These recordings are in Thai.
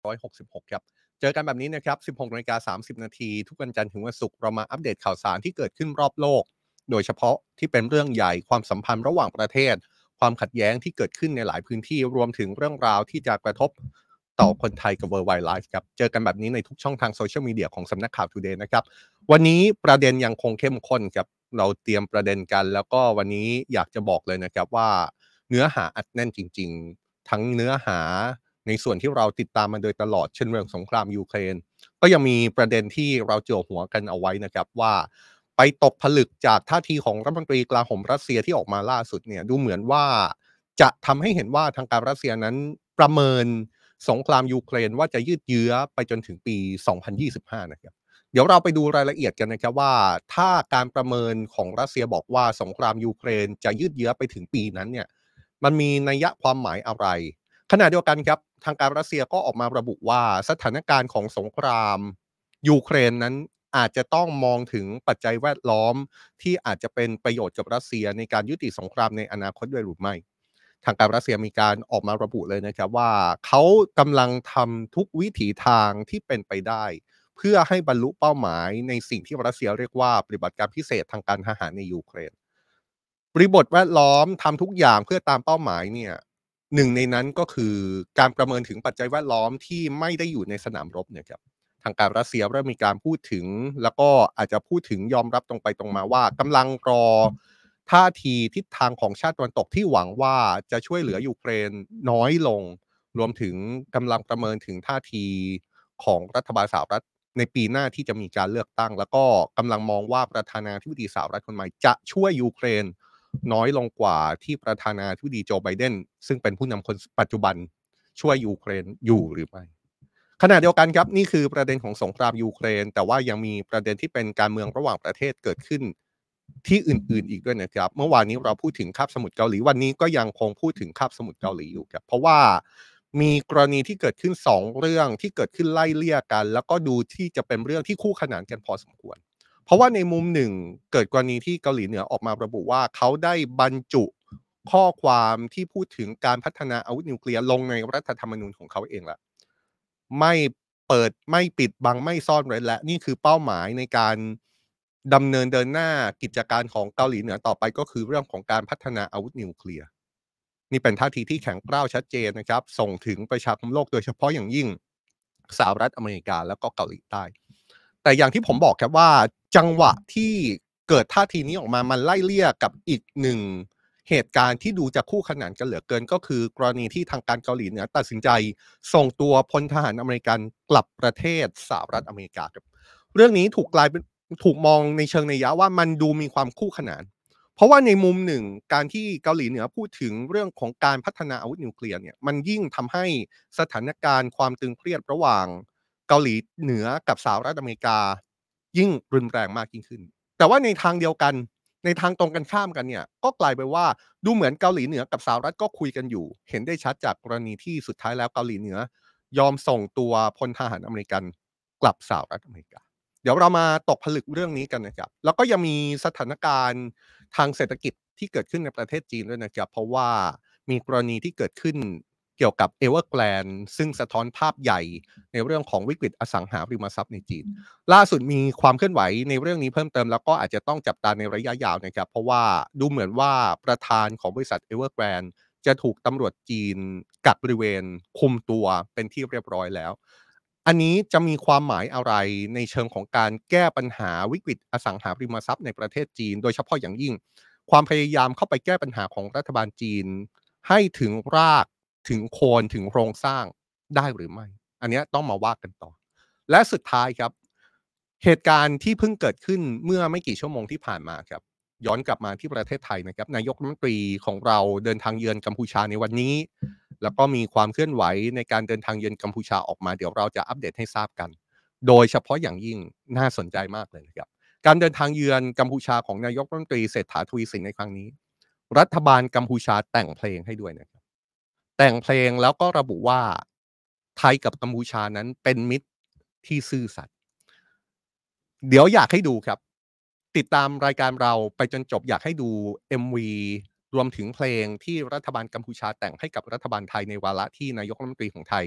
166ครับเจอกันแบบนี้นะครับ 16:30 นาทีทุกวันจันทร์ถึงวันศุกร์เรามาอัปเดตข่าวสารที่เกิดขึ้นรอบโลกโดยเฉพาะที่เป็นเรื่องใหญ่ความสัมพันธ์ระหว่างประเทศความขัดแย้งที่เกิดขึ้นในหลายพื้นที่รวมถึงเรื่องราวที่จะกระทบต่อคนไทยกับ World Wide Life ครับเจอกันแบบนี้ในทุกช่องทางโซเชียลมีเดียของสำนักข่าว Today นะครับวันนี้ประเด็นยังคงเข้มข้นครับเราเตรียมประเด็นกันแล้วก็วันนี้อยากจะบอกเลยนะครับว่าเนื้อหาอัดแน่นจริงๆทั้งเนื้อหา ในส่วนที่เราติดตามมาโดยตลอดเช่นเรื่องสงครามยูเครนก็ยังมีประเด็นที่เราจั่วหัวกันเอาไว้นะครับว่าไปตกผลึกจากท่าทีของรัฐมนตรีกลาโหมรัสเซียที่ออกมาล่าสุดเนี่ยดูเหมือนว่าจะทำให้เห็นว่าทางการรัสเซียนั้นประเมินสงครามยูเครนว่าจะยืดเยื้อไปจนถึงปี 2025 นะครับเดี๋ยวเราไปดูรายละเอียดกันนะครับว่าถ้าการประเมินของรัสเซียบอกว่าสงครามยูเครนจะยืดเยื้อไปถึงปีนั้นเนี่ยมันมีนัยความหมายอะไร ขณะเดียวกันครับทางการรัสเซียก็ออกมาระบุว่าสถานการณ์ของสงครามยูเครนนั้นอาจจะต้องมองถึงปัจจัยแวดล้อมที่อาจจะเป็นประโยชน์กับรัสเซียในการยุติสงครามในอนาคตด้วยหรือไม่ทางการรัสเซียมีการออกมาระบุเลยนะครับว่าเขากำลังทำทุกวิถีทางที่เป็นไปได้เพื่อให้บรรลุเป้าหมายในสิ่งที่รัสเซียเรียกว่าปฏิบัติการพิเศษทางการทหารในยูเครน บริบทแวดล้อมทำทุกอย่างเพื่อตามเป้าหมายเนี่ยหนึ่งในนั้นก็คือการประเมินถึงปัจจัยแวดล้อมที่ไม่ได้อยู่ในสนามรบเนี่ยครับทางการรัสเซียเริ่มมีการพูดถึงแล้วก็อาจจะพูดถึงยอมรับตรงไปตรงมาว่ากำลังรอท่าทีทิศทางของชาติตะวันตกที่หวังว่าจะช่วยเหลือยูเครนน้อยลงรวมถึงกำลังประเมินถึงท่าทีของรัฐบาลสหรัฐในปีหน้าที่จะมีการเลือกตั้งแล้วก็กำลังมองว่าประธานาธิบดีสหรัฐคนใหม่จะช่วยยูเครน น้อยลงกว่าที่ประธานาธิบดีโจไบเดนซึ่งเป็นผู้นำคนปัจจุบันช่วยยูเครนอยู่หรือไม่ขณะเดียวกันครับนี่คือประเด็นของสงครามยูเครนแต่ว่ายังมีประเด็นที่เป็นการเมืองระหว่างประเทศเกิดขึ้นที่อื่นๆอีกด้วยนะครับเมื่อวานนี้เราพูดถึงคาบสมุทรเกาหลีวันนี้ก็ยังคงพูดถึงคาบสมุทรเกาหลีอยู่ครับเพราะว่ามีกรณีที่เกิดขึ้น2เรื่องที่เกิดขึ้นไล่เลี่ยกันแล้วก็ดูที่จะเป็นเรื่องที่คู่ขนานกันพอสมควร เพราะว่าในมุมหนึ่งเกิดกรณีที่เกาหลีเหนือออกมาระบุว่าเขาได้บรรจุข้อความที่พูดถึงการพัฒนาอาวุธนิวเคลียร์ลงในรัฐธรรมนูญของเขาเองแล้วไม่เปิดไม่ปิดบังไม่ซ่อนเร้นและนี่คือเป้าหมายในการดำเนินเดินหน้ากิจการของเกาหลีเหนือต่อไปก็คือเรื่องของการพัฒนาอาวุธนิวเคลียร์นี่เป็นท่าทีที่แข็งกร้าวชัดเจนนะครับส่งถึงประชาคมโลกโดยเฉพาะอย่างยิ่งสหรัฐอเมริกาแล้วก็เกาหลีใต้ แต่อย่างที่ผมบอกครับว่าจังหวะที่เกิดท่าทีนี้ออกมามันไล่เลี่ยกับอีกหนึ่งเหตุการณ์ที่ดูจะคู่ขนานกันเหลือเกินก็คือกรณีที่ทางการเกาหลีเหนือตัดสินใจส่งตัวพลทหารอเมริกันกลับประเทศสหรัฐอเมริกาครับเรื่องนี้ถูกกลายเป็นถูกมองในเชิงนัยยะว่ามันดูมีความคู่ขนานเพราะว่าในมุมหนึ่งการที่เกาหลีเหนือพูดถึงเรื่องของการพัฒนาอาวุธนิวเคลียร์เนี่ยมันยิ่งทำให้สถานการณ์ความตึงเครียดระหว่าง เกาหลีเหนือกับสหรัฐอเมริกายิ่งรุนแรงมากยิ่งขึ้นแต่ว่าในทางเดียวกันในทางตรงกันข้ามกันเนี่ยก็กลายเป็นว่าดูเหมือนเกาหลีเหนือกับสหรัฐก็คุยกันอยู่เห็นได้ชัดจากกรณีที่สุดท้ายแล้วเกาหลีเหนือยอมส่งตัวพลทหารอเมริกันกลับสหรัฐอเมริกาเดี๋ยวเรามาตกผลึกเรื่องนี้กันนะครับแล้วก็ยังมีสถานการณ์ทางเศรษฐกิจที่เกิดขึ้นในประเทศจีนด้วยนะครับเพราะว่ามีกรณีที่เกิดขึ้นเกี่ยวกับ Evergrande ซึ่งสะท้อนภาพใหญ่ ในเรื่องของวิกฤตอสังหาริมทรัพย์ในจีนล่าสุดมีความเคลื่อนไหวในเรื่องนี้เพิ่มเติมแล้วก็อาจจะต้องจับตาในระยะยาวนะครับเพราะว่าดูเหมือนว่าประธานของบริษัท Evergrande จะถูกตำรวจจีนกักบริเวณคุมตัวเป็นที่เรียบร้อยแล้วอันนี้จะมีความหมายอะไรในเชิงของการแก้ปัญหาวิกฤตอสังหาริมทรัพย์ในประเทศจีนโดยเฉพาะอย่างยิ่งความพยายามเข้าไปแก้ปัญหาของรัฐบาลจีนให้ถึงรากถึงโคนถึงโครงสร้างได้หรือไม่ อันเนี้ยต้องมาว่ากันต่อและสุดท้ายครับเหตุการณ์ที่เพิ่งเกิดขึ้นเมื่อไม่กี่ชั่วโมงที่ผ่านมาครับย้อนกลับมาที่ประเทศไทยนะครับนายกรัฐมนตรีของเราเดินทางเยือนกัมพูชาในวันนี้แล้วก็มีความเคลื่อนไหวในการเดินทางเยือนกัมพูชาออกมาเดี๋ยวเราจะอัปเดตให้ทราบกันโดยเฉพาะอย่างยิ่งน่าสนใจมากเลยนะครับการเดินทางเยือนกัมพูชาของนายกรัฐมนตรีเศรษฐาทวีสินในครั้งนี้รัฐบาลกัมพูชาแต่งเพลงให้ด้วยนะครับ แต่งเพลงแล้วก็ระบุว่าไทยกับกัมพูชานั้นเป็นมิตรที่ซื่อสัตย์เดี๋ยวอยากให้ดูครับติดตามรายการเราไปจนจบอยากให้ดู MV รวมถึงเพลงที่รัฐบาลกัมพูชาแต่งให้กับรัฐบาลไทยในวาระที่นายกรัฐมนตรีของไทย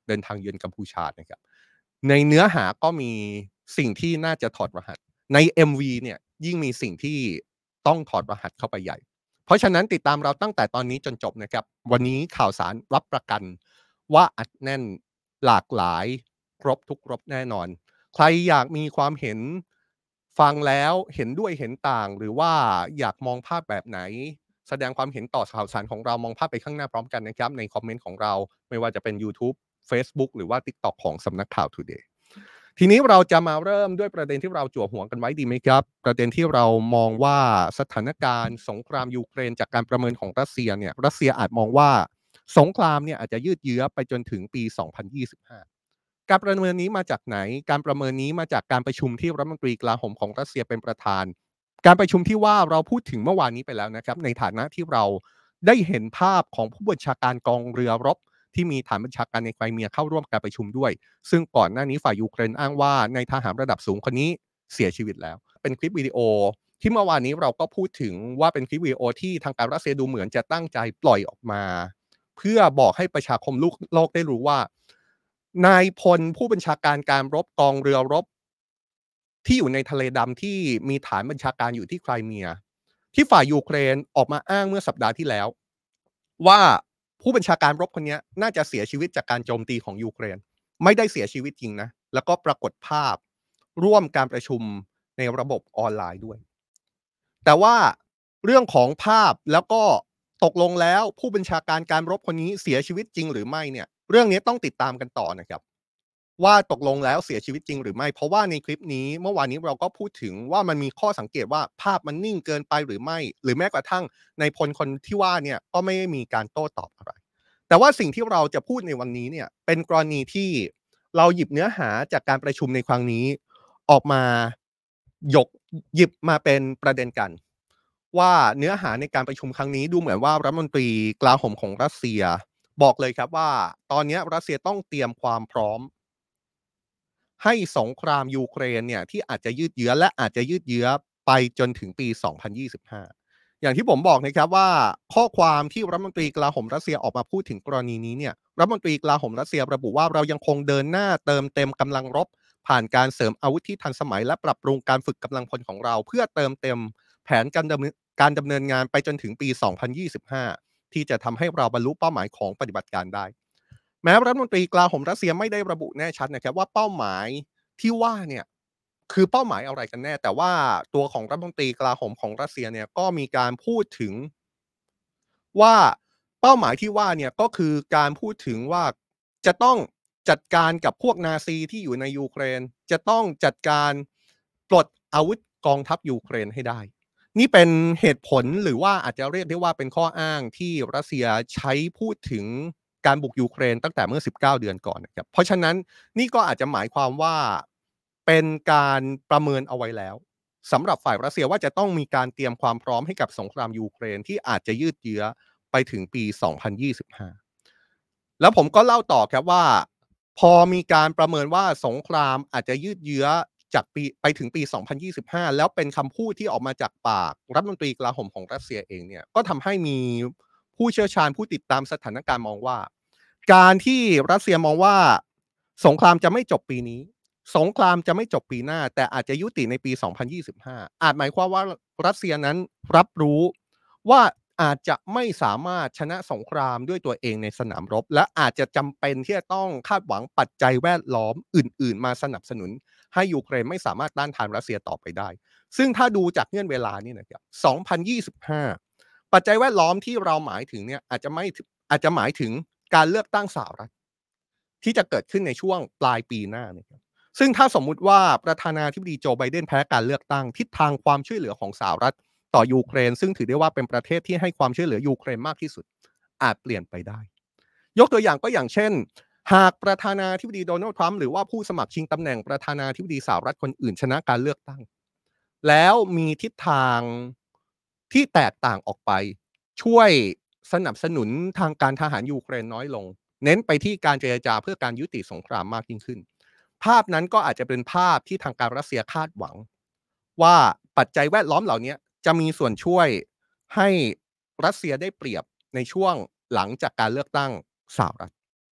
เดินทางเยือนกัมพูชานะครับในเนื้อหาก็มีสิ่งที่น่าจะถอดรหัสใน MV เนี่ยยิ่งมีสิ่งที่ต้องถอดรหัสเข้าไปใหญ่เพราะฉะนั้นติดตามเราตั้งแต่ตอนนี้จนจบนะครับวันนี้ข่าวสารรับประกันว่าอัดแน่นหลากหลายครบทุกรสแน่นอนใครอยากมีความเห็นฟังแล้วเห็นด้วยเห็นต่างหรือว่าอยากมองภาพแบบไหน แสดงความเห็นต่อข่าวสารของเรามองภาพไปข้างหน้าพร้อมกันนะครับในคอมเมนต์ของเราไม่ว่าจะเป็นยูทูบเฟซบุ๊กหรือว่า TikTok ของสำนักข่าว Today ทีนี้เราจะมาเริ่มด้วยประเด็นที่เราจั่วหัวกันไว้ดีไหมครับประเด็นที่เรามองว่าสถานการณ์สงครามยูเครนจากการประเมินของรัสเซียเนี่ยรัสเซียอาจมองว่าสงครามเนี่ยอาจจะยืดเยื้อไปจนถึงปี2025การประเมินนี้มาจากไหนการประเมินนี้มาจากการประชุมที่รัฐมนตรีกลาโหมของรัสเซียเป็นประธาน การประชุมที่ว่าเราพูดถึงเมื่อวานนี้ไปแล้วนะครับในฐานะที่เราได้เห็นภาพของผู้บัญชาการกองเรือรบที่มีฐานบัญชาการในไครเมียเข้าร่วมการประชุมด้วยซึ่งก่อนหน้านี้ฝ่ายยูเครนอ้างว่าในทหารระดับสูงคนนี้เสียชีวิตแล้วเป็นคลิปวิดีโอที่เมื่อวานนี้เราก็พูดถึงว่าเป็นคลิปวิดีโอที่ทางการรัสเซียดูเหมือนจะตั้งใจปล่อยออกมาเพื่อบอกให้ประชาคมโลกได้รู้ว่านายพลผู้บัญชาการการรบกองเรือรบ ที่อยู่ในทะเลดำที่มีฐานบัญชาการอยู่ที่ไครเมียที่ฝ่ายยูเครนออกมาอ้างเมื่อสัปดาห์ที่แล้วว่าผู้บัญชาการรบคนนี้น่าจะเสียชีวิตจากการโจมตีของยูเครนไม่ได้เสียชีวิตจริงนะแล้วก็ปรากฏภาพร่วมการประชุมในระบบออนไลน์ด้วยแต่ว่าเรื่องของภาพแล้วก็ตกลงแล้วผู้บัญชาการการรบคนนี้เสียชีวิตจริงหรือไม่เนี่ยเรื่องนี้ต้องติดตามกันต่อนะครับ ว่าตกลงแล้วเสียชีวิตจริงหรือไม่เพราะว่าในคลิปนี้เมื่อวานนี้เราก็พูดถึงว่ามันมีข้อสังเกตว่าภาพมันนิ่งเกินไปหรือไม่หรือแม้กระทั่งในพลคนที่ว่าเนี่ยก็ไม่ได้มีการโต้ตอบอะไรแต่ว่าสิ่งที่เราจะพูดในวันนี้เนี่ยเป็นกรณีที่เราหยิบเนื้อหาจากการประชุมในครั้งนี้ออกมาหยกหยิบมาเป็นประเด็นกันว่าเนื้อหาในการประชุมครั้งนี้ดูเหมือนว่ารัฐมนตรีกลาโหมของรัสเซียบอกเลยครับว่าตอนนี้รัสเซียต้องเตรียมความพร้อม ให้สงครามยูเครนเนี่ยที่อาจจะยืดเยื้อและอาจจะยืดเยื้อไปจนถึงปี2025อย่างที่ผมบอกนะครับว่าข้อความที่รัฐมนตรีกลาโหมรัสเซียออกมาพูดถึงกรณีนี้เนี่ยรัฐมนตรีกลาโหมรัสเซียระบุว่าเรายังคงเดินหน้าเติมเต็มกำลังรบผ่านการเสริมอาวุธที่ทันสมัยและปรับปรุงการฝึกกำลังพลของเราเพื่อเติมเต็มแผนการดำเนินงานไปจนถึงปี2025ที่จะทำให้เราบรรลุเป้าหมายของปฏิบัติการได้ แม้รัฐมนตรีกลาโหมรัสเซียไม่ได้ระบุแน่ชัดนะครับว่าเป้าหมายที่ว่าเนี่ยคือเป้าหมายอะไรกันแน่แต่ว่าตัวของรัฐมนตรีกลาโหมของรัสเซียเนี่ยก็มีการพูดถึงว่าเป้าหมายที่ว่าเนี่ยก็คือการพูดถึงว่าจะต้องจัดการกับพวกนาซีที่อยู่ในยูเครนจะต้องจัดการปลดอาวุธกองทัพยูเครนให้ได้ นี่เป็นเหตุผลหรือว่าอาจจะเรียกได้ว่าเป็นข้ออ้างที่รัสเซียใช้พูดถึงการบุกยูเครนตั้งแต่เมื่อ19เดือนก่อนนะครับเพราะฉะนั้นนี่ก็อาจจะหมายความว่าเป็นการประเมินเอาไว้แล้วสำหรับฝ่ายรัสเซียว่าจะต้องมีการเตรียมความพร้อมให้กับสงครามยูเครนที่อาจจะยืดเยื้อไปถึงปี2025แล้วผมก็เล่าต่อครับว่าพอมีการประเมินว่าสงครามอาจจะยืดเยื้อ จากปีไปถึงปี2025แล้วเป็นคำพูดที่ออกมาจากปากรัฐมนตรีกลาโหมของรัสเซียเองเนี่ยก็ทำให้มีผู้เชี่ยวชาญผู้ติดตามสถานการณ์มองว่าการที่รัสเซียมองว่าสงครามจะไม่จบปีนี้สงครามจะไม่จบปีหน้าแต่อาจจะยุติในปี2025อาจหมายความว่ารัสเซียนั้นรับรู้ว่าอาจจะไม่สามารถชนะสงครามด้วยตัวเองในสนามรบและอาจจะจำเป็นที่จะต้องคาดหวังปัจจัยแวดล้อมอื่นๆมาสนับสนุน ให้ยูเครนไม่สามารถต้านทานรัสเซียต่อไปได้ ซึ่งถ้าดูจากเงื่อนเวลานี่นะครับ2025ปัจจัยแวดล้อมที่เราหมายถึงเนี่ยอาจจะหมายถึงการเลือกตั้งสหรัฐที่จะเกิดขึ้นในช่วงปลายปีหน้านะครับซึ่งถ้าสมมุติว่าประธานาธิบดีโจไบเดนแพ้การเลือกตั้งทิศทางความช่วยเหลือของสหรัฐต่อยูเครนซึ่งถือได้ว่าเป็นประเทศที่ให้ความช่วยเหลือยูเครนมากที่สุดอาจเปลี่ยนไปได้ยกตัวอย่างก็อย่างเช่น หากประธานาธิบดีโดนัลด์ทรัมป์หรือว่าผู้สมัครชิงตำแหน่งประธานาธิบดีสหรัฐคนอื่นชนะการเลือกตั้งแล้วมีทิศทางที่แตกต่างออกไปช่วยสนับสนุนทางการทหารยูเครนน้อยลงเน้นไปที่การเจรจาเพื่อการยุติสงครามมากยิ่งขึ้นภาพนั้นก็อาจจะเป็นภาพที่ทางการรัสเซียคาดหวังว่าปัจจัยแวดล้อมเหล่านี้จะมีส่วนช่วยให้รัสเซียได้เปรียบในช่วงหลังจากการเลือกตั้งสหรัฐ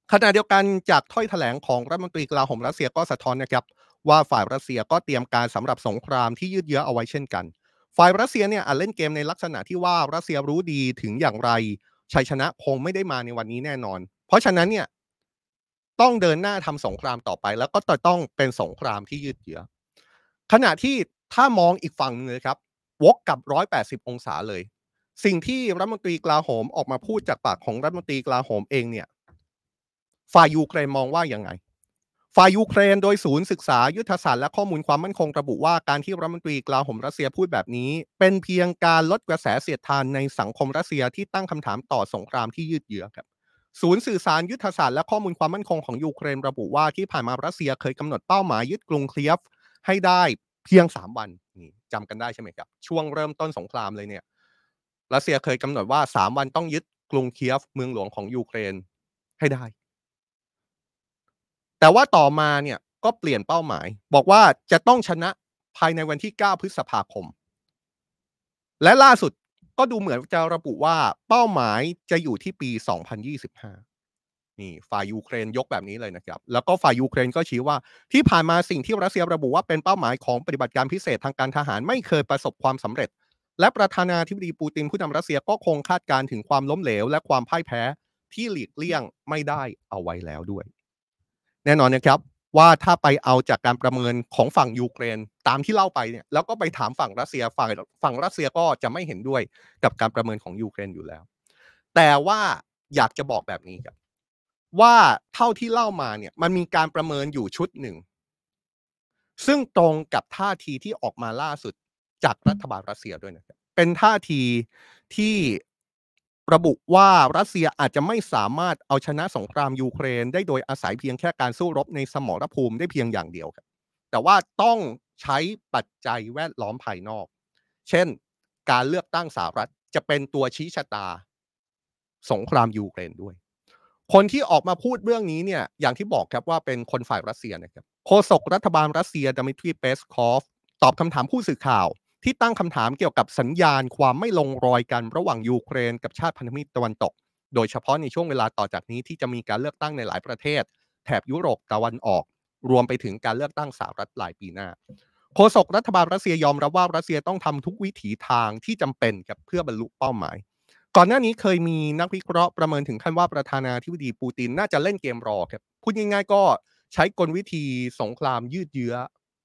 ขณะเดียวกันจากถ้อยแถลงของรัฐมนตรีกลาโหมรัสเซียก็สะท้อนนะครับว่าฝ่ายรัสเซียก็เตรียมการสำหรับสงครามที่ยืดเยื้อเอาไว้เช่นกันฝ่ายรัสเซียเนี่ยอาจเล่นเกมในลักษณะที่ว่ารัสเซียรู้ดีถึงอย่างไรชัยชนะคงไม่ได้มาในวันนี้แน่นอนเพราะฉะนั้นเนี่ยต้องเดินหน้าทำสงครามต่อไปแล้วก็จะต้องเป็นสงครามที่ยืดเยื้อขณะที่ถ้ามองอีกฝั่งนึงเลยครับวกกับ180องศาเลยสิ่งที่รัฐมนตรีกลาโหมออกมาพูดจากปากของรัฐมนตรีกลาโหมเองเนี่ยฝ่ายยูเครนมองว่ายังไง ฝ่ายยูเครนโดยศูนย์ศึกษายุทธศาสตร์และข้อมูลความมั่นคงระบุว่าการที่รัฐมนตรีกลาโหมรัสเซียพูดแบบนี้เป็นเพียงการลดกระแสเสียดทานในสังคมรัสเซียที่ตั้งคำถามต่อสงครามที่ยืดเยื้อครับศูนย์สื่อสารยุทธศาสตร์และข้อมูลความมั่นคงของยูเครนระบุว่าที่ผ่านมารัสเซียเคยกำหนดเป้าหมายยึดกรุงเคียฟให้ได้เพียง3 วันนี่จำกันได้ใช่ไหมครับช่วงเริ่มต้นสงครามเลยเนี่ยรัสเซียเคยกำหนดว่า3 วันต้องยึดกรุงเคียฟเมืองหลวงของยูเครนให้ได้ แต่ว่าต่อมาเนี่ยก็เปลี่ยนเป้าหมายบอกว่าจะต้องชนะภายในวันที่9พฤษภาคมและล่าสุดก็ดูเหมือนจะระบุว่าเป้าหมายจะอยู่ที่ปี2025นี่ฝ่ายยูเครนยกแบบนี้เลยนะครับแล้วก็ฝ่ายยูเครนก็ชี้ว่าที่ผ่านมาสิ่งที่รัสเซียระบุว่าเป็นเป้าหมายของปฏิบัติการพิเศษทางการทหารไม่เคยประสบความสำเร็จและประธานาธิบดีปูตินผู้นำรัสเซียก็คงคาดการณ์ถึงความล้มเหลวและความพ่ายแพ้ที่หลีกเลี่ยงไม่ได้เอาไว้แล้วด้วย แน่นอนนะครับว่าถ้าไปเอาจากการประเมินของฝั่งยูเครนตามที่เล่าไปเนี่ยแล้วก็ไปถามฝั่งรัสเซียฝั่งรัสเซียก็จะไม่เห็นด้วยกับการประเมินของยูเครนอยู่แล้วแต่ว่าอยากจะบอกแบบนี้ครับว่าเท่าที่เล่ามาเนี่ยมันมีการประเมินอยู่ชุดหนึ่งซึ่งตรงกับท่าทีที่ออกมาล่าสุดจากรัฐบาลรัสเซียด้วยนะครับเป็นท่าทีที่ระบุว่ารัสเซียอาจจะไม่สามารถเอาชนะสงครามยูเครนได้โดยอาศัยเพียงแค่การสู้รบในสมรภูมิได้เพียงอย่างเดียวครับแต่ว่าต้องใช้ปัจจัยแวดล้อมภายนอกเช่นการเลือกตั้งสหรัฐจะเป็นตัวชี้ชะตาสงครามยูเครนด้วยคนที่ออกมาพูดเรื่องนี้เนี่ยอย่างที่บอกครับว่าเป็นคนฝ่ายรัสเซียนะครับโฆษกรัฐบาลรัสเซียดมิทรีเปสคอฟตอบคำถามผู้สื่อข่าวที่ตั้งคำถามเกี่ยวกับสัญญาณความไม่ลงรอยกันระหว่างยูเครนกับชาติพันธมิตรตะวันตกโดยเฉพาะในช่วงเวลาต่อจากนี้ที่จะมีการเลือกตั้งในหลายประเทศแถบยุโรปตะวันออกรวมไปถึงการเลือกตั้งสหรัฐปลายปีหน้าโฆษกรัฐบาลรัสเซียยอมรับว่ารัสเซียต้องทำทุกวิถีทางที่จำเป็นครับเพื่อบรรลุเป้าหมาย ก่อนหน้านี้เคยมีนักวิเคราะห์ประเมินถึงขั้นว่าประธานาธิบดีปูตินน่าจะเล่นเกมรอครับพูดง่ายๆก็ใช้กลวิธีสงครามยืดเยื้อ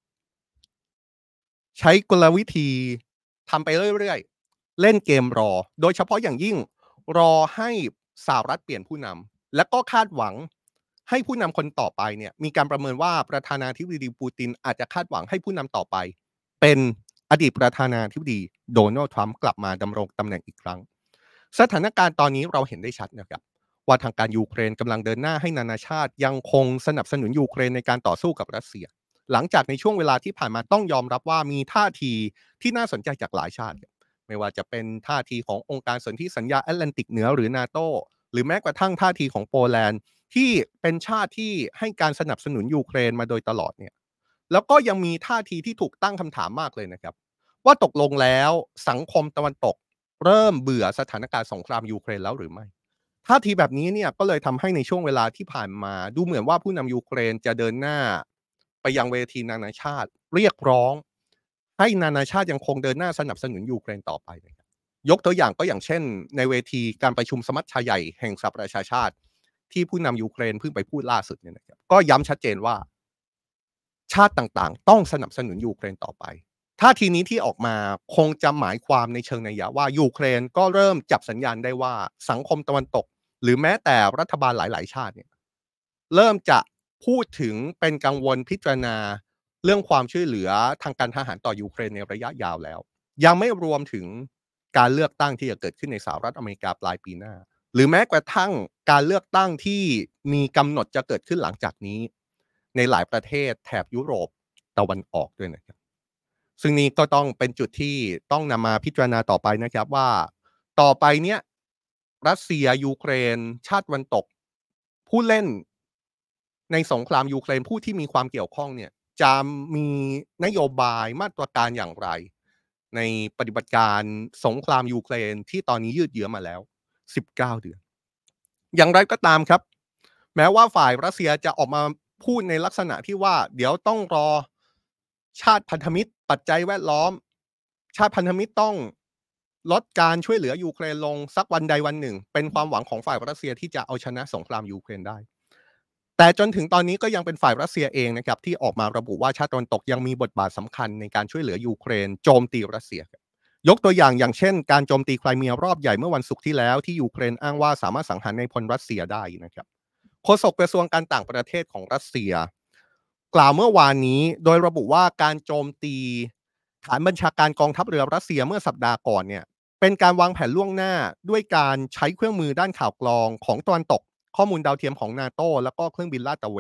ใช้กลวิธีทำไปเรื่อยๆเล่นเกมรอโดยเฉพาะอย่างยิ่งรอให้สหรัฐเปลี่ยนผู้นำและก็คาดหวังให้ผู้นำคนต่อไปเนี่ยมีการประเมินว่าประธานาธิบดีปูตินอาจจะคาดหวังให้ผู้นำต่อไปเป็นอดีตประธานาธิบดีโดนัลด์ทรัมป์กลับมาดำรงตำแหน่งอีกครั้ง สถานการณ์ตอนนี้เราเห็นได้ชัดนะครับว่าทางการยูเครนกำลังเดินหน้าให้นานาชาติยังคงสนับสนุนยูเครนในการต่อสู้กับรัสเซียหลังจากในช่วงเวลาที่ผ่านมาต้องยอมรับว่ามีท่าทีที่น่าสนใจจากหลายชาติไม่ว่าจะเป็นท่าทีขององค์การสนธิสัญญาแอตแลนติกเหนือหรือนาโตหรือแม้กระทั่งท่าทีของโปแลนด์ที่เป็นชาติที่ให้การสนับสนุนยูเครนมาโดยตลอดเนี่ยแล้วก็ยังมีท่าทีที่ถูกตั้งคำถามมากเลยนะครับว่าตกลงแล้วสังคมตะวันตก เริ่มเบื่อสถานการณ์สงครามยูเครนแล้วหรือไม่ท่าทีแบบนี้เนี่ยก็เลยทำให้ในช่วงเวลาที่ผ่านมาดูเหมือนว่าผู้นำยูเครนจะเดินหน้าไปยังเวทีนานาชาติเรียกร้องให้นานาชาติยังคงเดินหน้าสนับสนุนยูเครนต่อไปนะครับยกตัวอย่างก็อย่างเช่นในเวทีการประชุมสมัชชาใหญ่แห่งสหประชาชาติที่ผู้นำยูเครนเพิ่งไปพูดล่าสุดเนี่ยนะครับก็ย้ำชัดเจนว่า ชาติต่างๆต้องสนับสนุนยูเครนต่อไปท่าทีนี้ที่ออกมาคงจะหมายความในเชิงนัยยะว่ายูเครนก็เริ่มจับสัญญาณได้ว่าสังคมตะวันตกหรือแม้แต่รัฐบาลหลายๆชาติเนี่ยเริ่มจะพูดถึงเป็นกังวลพิจารณาเรื่องความช่วยเหลือทางการทหารต่อยูเครนในระยะยาวแล้วยังไม่รวมถึงการเลือกตั้งที่จะเกิดขึ้นในสหรัฐอเมริกาปลายปีหน้าหรือแม้กระทั่งการเลือกตั้งที่มีกำหนดจะเกิดขึ้นหลังจากนี้ ในหลายประเทศแถบยุโรปตะวันออกด้วยนะครับซึ่งนี้ก็ต้องเป็นจุดที่ต้องนำมาพิจารณาต่อไปนะครับว่าต่อไปเนี้ยรัสเซียยูเครนชาติตะวันตกผู้เล่นในสงครามยูเครนผู้ที่มีความเกี่ยวข้องเนี่ยจะมีนโยบายมาตรการอย่างไรในปฏิบัติการสงครามยูเครนที่ตอนนี้ยืดเยื้อมาแล้ว19 เดือนอย่างไรก็ตามครับแม้ว่าฝ่ายรัสเซียจะออกมาพูดในลักษณะที่ว่าเดี๋ยวต้องรอชาติพันธมิตรปัจจัยแวดล้อมชาติพันธมิตรต้องลดการช่วยเหลือยูเครนลงสักวันใดวันหนึ่งเป็นความหวังของฝ่ายรัสเซียที่จะเอาชนะสงครามยูเครนได้แต่จนถึงตอนนี้ก็ยังเป็นฝ่ายรัสเซียเองนะครับที่ออกมาระบุว่าชาติตะวันตกยังมีบทบาทสำคัญในการช่วยเหลือยูเครนโจมตีรัสเซีย ยกตัวอย่างเช่นการโจมตีไครเมียรอบใหญ่เมื่อวันศุกร์ที่แล้วที่ยูเครนอ้างว่าสามารถสังหารในพลรัสเซียได้นะครับโฆษกกระทรวงการต่างประเทศของรัสเซียกล่าวเมื่อวานนี้โดยระบุว่าการโจมตีฐานบัญชาการกองทัพเรือรัสเซียเมื่อสัปดาห์ก่อนเนี่ยเป็นการวางแผนล่วงหน้าด้วยการใช้เครื่องมือด้านข่าวกรองของตะวันตกข้อมูลดาวเทียมของนาโตแล้วก็เครื่องบินลาดตระเวน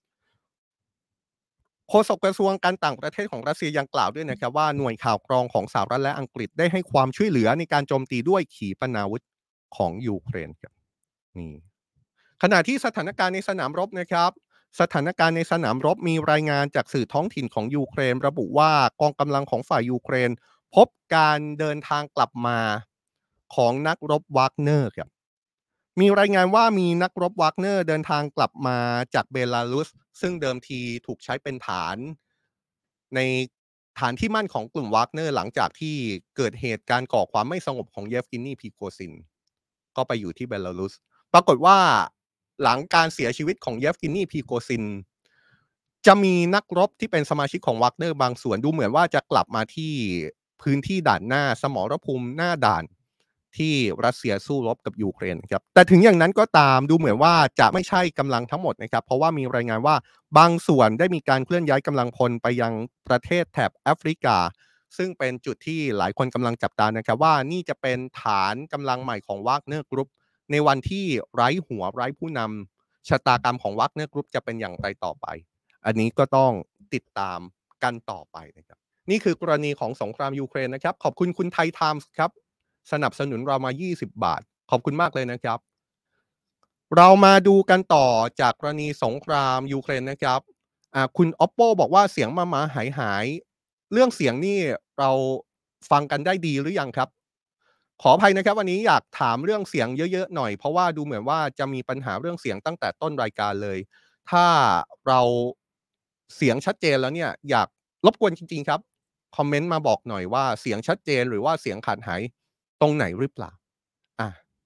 โฆษกกระทรวงการต่างประเทศของรัสเซียยังกล่าวด้วยนะครับว่าหน่วยข่าวกรองของสหรัฐและอังกฤษได้ให้ความช่วยเหลือในการโจมตีด้วยขีปนาวุธของยูเครนครับนี่ขณะที่สถานการณ์ในสนามรบนะครับสถานการณ์ในสนามรบมีรายงานจากสื่อท้องถิ่นของยูเครนระบุว่ากองกำลังของฝ่ายยูเครนพบการเดินทางกลับมาของนักรบวากเนอร์ครับ มีรายงานว่ามีนักรบวากเนอร์เดินทางกลับมาจากเบลารุสซึ่งเดิมทีถูกใช้เป็นฐานในฐานที่มั่นของกลุ่มวากเนอร์หลังจากที่เกิดเหตุการณ์ก่อความไม่สงบของเยฟกินีพีโกซินก็ไปอยู่ที่เบลารุสปรากฏว่าหลังการเสียชีวิตของเยฟกินีพีโกซินจะมีนักรบที่เป็นสมาชิกของวากเนอร์บางส่วนดูเหมือนว่าจะกลับมาที่พื้นที่ด่านหน้าสมรภูมิหน้าด่าน ที่รัสเซียสู้รบกับยูเครนครับแต่ถึงอย่างนั้นก็ตามดูเหมือนว่าจะไม่ใช่กำลังทั้งหมดนะครับเพราะว่ามีรายงานว่าบางส่วนได้มีการเคลื่อนย้ายกำลังพลไปยังประเทศแถบแอฟริกาซึ่งเป็นจุดที่หลายคนกำลังจับตานะครับว่านี่จะเป็นฐานกำลังใหม่ของวากเนอร์กรุ๊ปในวันที่ไร้หัวไร้ผู้นำชะตากรรมของวากเนอร์กรุ๊ปจะเป็นอย่างไรต่อไปอันนี้ก็ต้องติดตามกันต่อไปนะครับนี่คือกรณีของสงครามยูเครนนะครับขอบคุณคุณไทยไทม์ครับ สนับสนุนเรามา20บาท ขอบคุณมากเลยนะครับ เรามาดูกันต่อจากกรณีสงครามยูเครนนะครับคุณ Oppo บอกว่าเสียงมาหายเรื่องเสียงนี่เราฟังกันได้ดีหรือยังครับ ขออภัยนะครับวันนี้อยากถามเรื่องเสียงเยอะๆหน่อยเพราะว่าดูเหมือนว่าจะมีปัญหาเรื่องเสียงตั้งแต่ต้นรายการเลยถ้าเราเสียงชัดเจนแล้วเนี่ยอยากรบกวนจริงๆครับคอมเมนต์มาบอกหน่อยว่าเสียงชัดเจนหรือว่าเสียงขาดหายตรงไหนหรือเปล่าอะ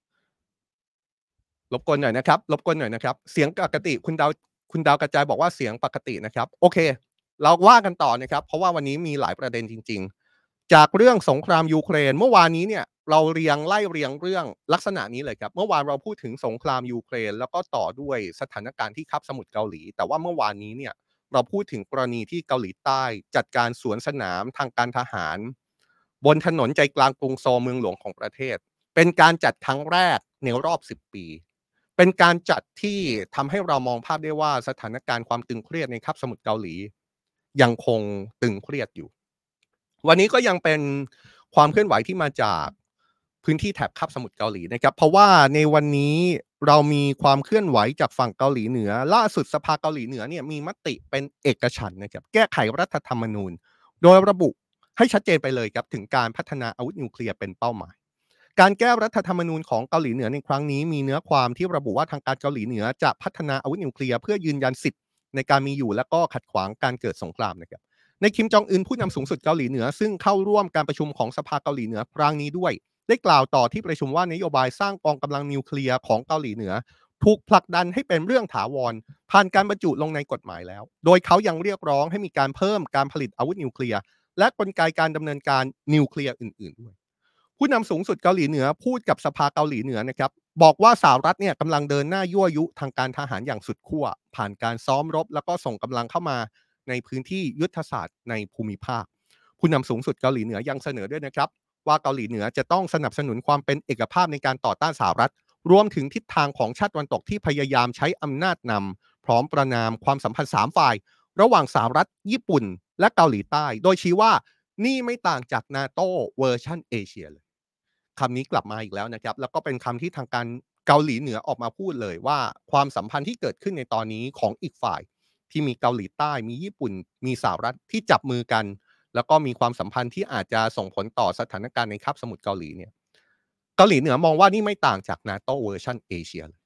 รบกวนหน่อยนะครับรบกวนหน่อยนะครับเสียงปกติคุณดาวกระจายบอกว่าเสียงปกตินะครับโอเคเราว่ากันต่อนะครับเพราะว่าวันนี้มีหลายประเด็นจริงๆจากเรื่องสงครามยูเครนเมื่อวานนี้เนี่ยเราไล่เรียงเรื่องลักษณะนี้เลยครับเมื่อวานเราพูดถึงสงครามยูเครนแล้วก็ต่อด้วยสถานการณ์ที่คาบสมุทรเกาหลีแต่ว่าเมื่อวานนี้เนี่ยเราพูดถึงกรณีที่เกาหลีใต้จัดการสวนสนามทางการทหารบนถนนใจกลางกรุงโซลเมืองหลวงของประเทศเป็นการจัดครั้งแรกในรอบ10ปี เป็นการจัดที่ทำให้เรามองภาพได้ว่าสถานการณ์ความตึงเครียดในคาบสมุทรเกาหลียังคงตึงเครียดอยู่ วันนี้ก็ยังเป็นความเคลื่อนไหวที่มาจากพื้นที่แถบคาบสมุทรเกาหลีนะครับเพราะว่าในวันนี้เรามีความเคลื่อนไหวจากฝั่งเกาหลีเหนือล่าสุดสภาเกาหลีเหนือเนี่ยมีมติเป็นเอกฉันท์นะครับแก้ไขรัฐธรรมนูญโดยระบุให้ชัดเจนไปเลยครับถึงการพัฒนาอาวุธนิวเคลียร์เป็นเป้าหมาย การแก้รัฐธรรมนูญของเกาหลีเหนือในครั้งนี้มีเนื้อความที่ระบุว่าทางการเกาหลีเหนือจะพัฒนาอาวุธนิวเคลียร์เพื่อยืนยันสิทธิ์ในการมีอยู่และก็ขัดขวางการเกิดสงครามนะครับในคิมจองอึนผู้นำสูงสุดเกาหลีเหนือซึ่งเข้าร่วมการประชุมของสภาเกาหลีเหนือครั้งนี้ด้วยได้กล่าวต่อที่ประชุมว่านโยบายสร้างกองกำลังนิวเคลียร์ของเกาหลีเหนือถูกผลักดันให้เป็นเรื่องถาวรผ่านการบรรจุลงในกฎหมายแล้วโดยเขายังเรียกร้องให้มีการเพิ่มการผลิตอาวุธนิวเคลียร์และกลไกการดำเนินการนิวเคลียร์อื่นๆด้วย ผู้นำสูงสุดเกาหลีเหนือพูดกับสภาเกาหลีเหนือนะครับบอกว่าสหรัฐเนี่ยกำลังเดินหน้ายั่วยุทางการทหารอย่างสุดขั้วผ่านการซ้อมรบแล้วก็ส่งกำลังเข้ามาในพื้นที่ยุทธศาสตร์ในภูมิภาคผู้นำสูงสุดเกาหลีเหนือยังเสนอด้วยนะครับว่าเกาหลีเหนือจะต้องสนับสนุนความเป็นเอกภาพในการต่อต้านสหรัฐรวมถึงทิศทางของชาติตะวันตกที่พยายามใช้อำนาจนำพร้อมประนามความสัมพันธ์3ฝ่ายระหว่างสหรัฐญี่ปุ่นและเกาหลีใต้โดยชี้ว่านี่ไม่ต่างจากนาโตเวอร์ชันเอเชียเลย คำนี้กลับมาอีกแล้วนะครับแล้วก็เป็นคำที่ทางการเกาหลีเหนือออกมาพูดเลยว่าความสัมพันธ์ที่เกิดขึ้นในตอนนี้ของอีกฝ่ายที่มีเกาหลีใต้มีญี่ปุ่นมีสหรัฐที่จับมือกันแล้วก็มีความสัมพันธ์ที่อาจจะส่งผลต่อสถานการณ์ในคาบสมุทรเกาหลีเนี่ยเกาหลีเหนือมองว่านี่ไม่ต่างจากนาโตเวอร์ชันเอเชียเลย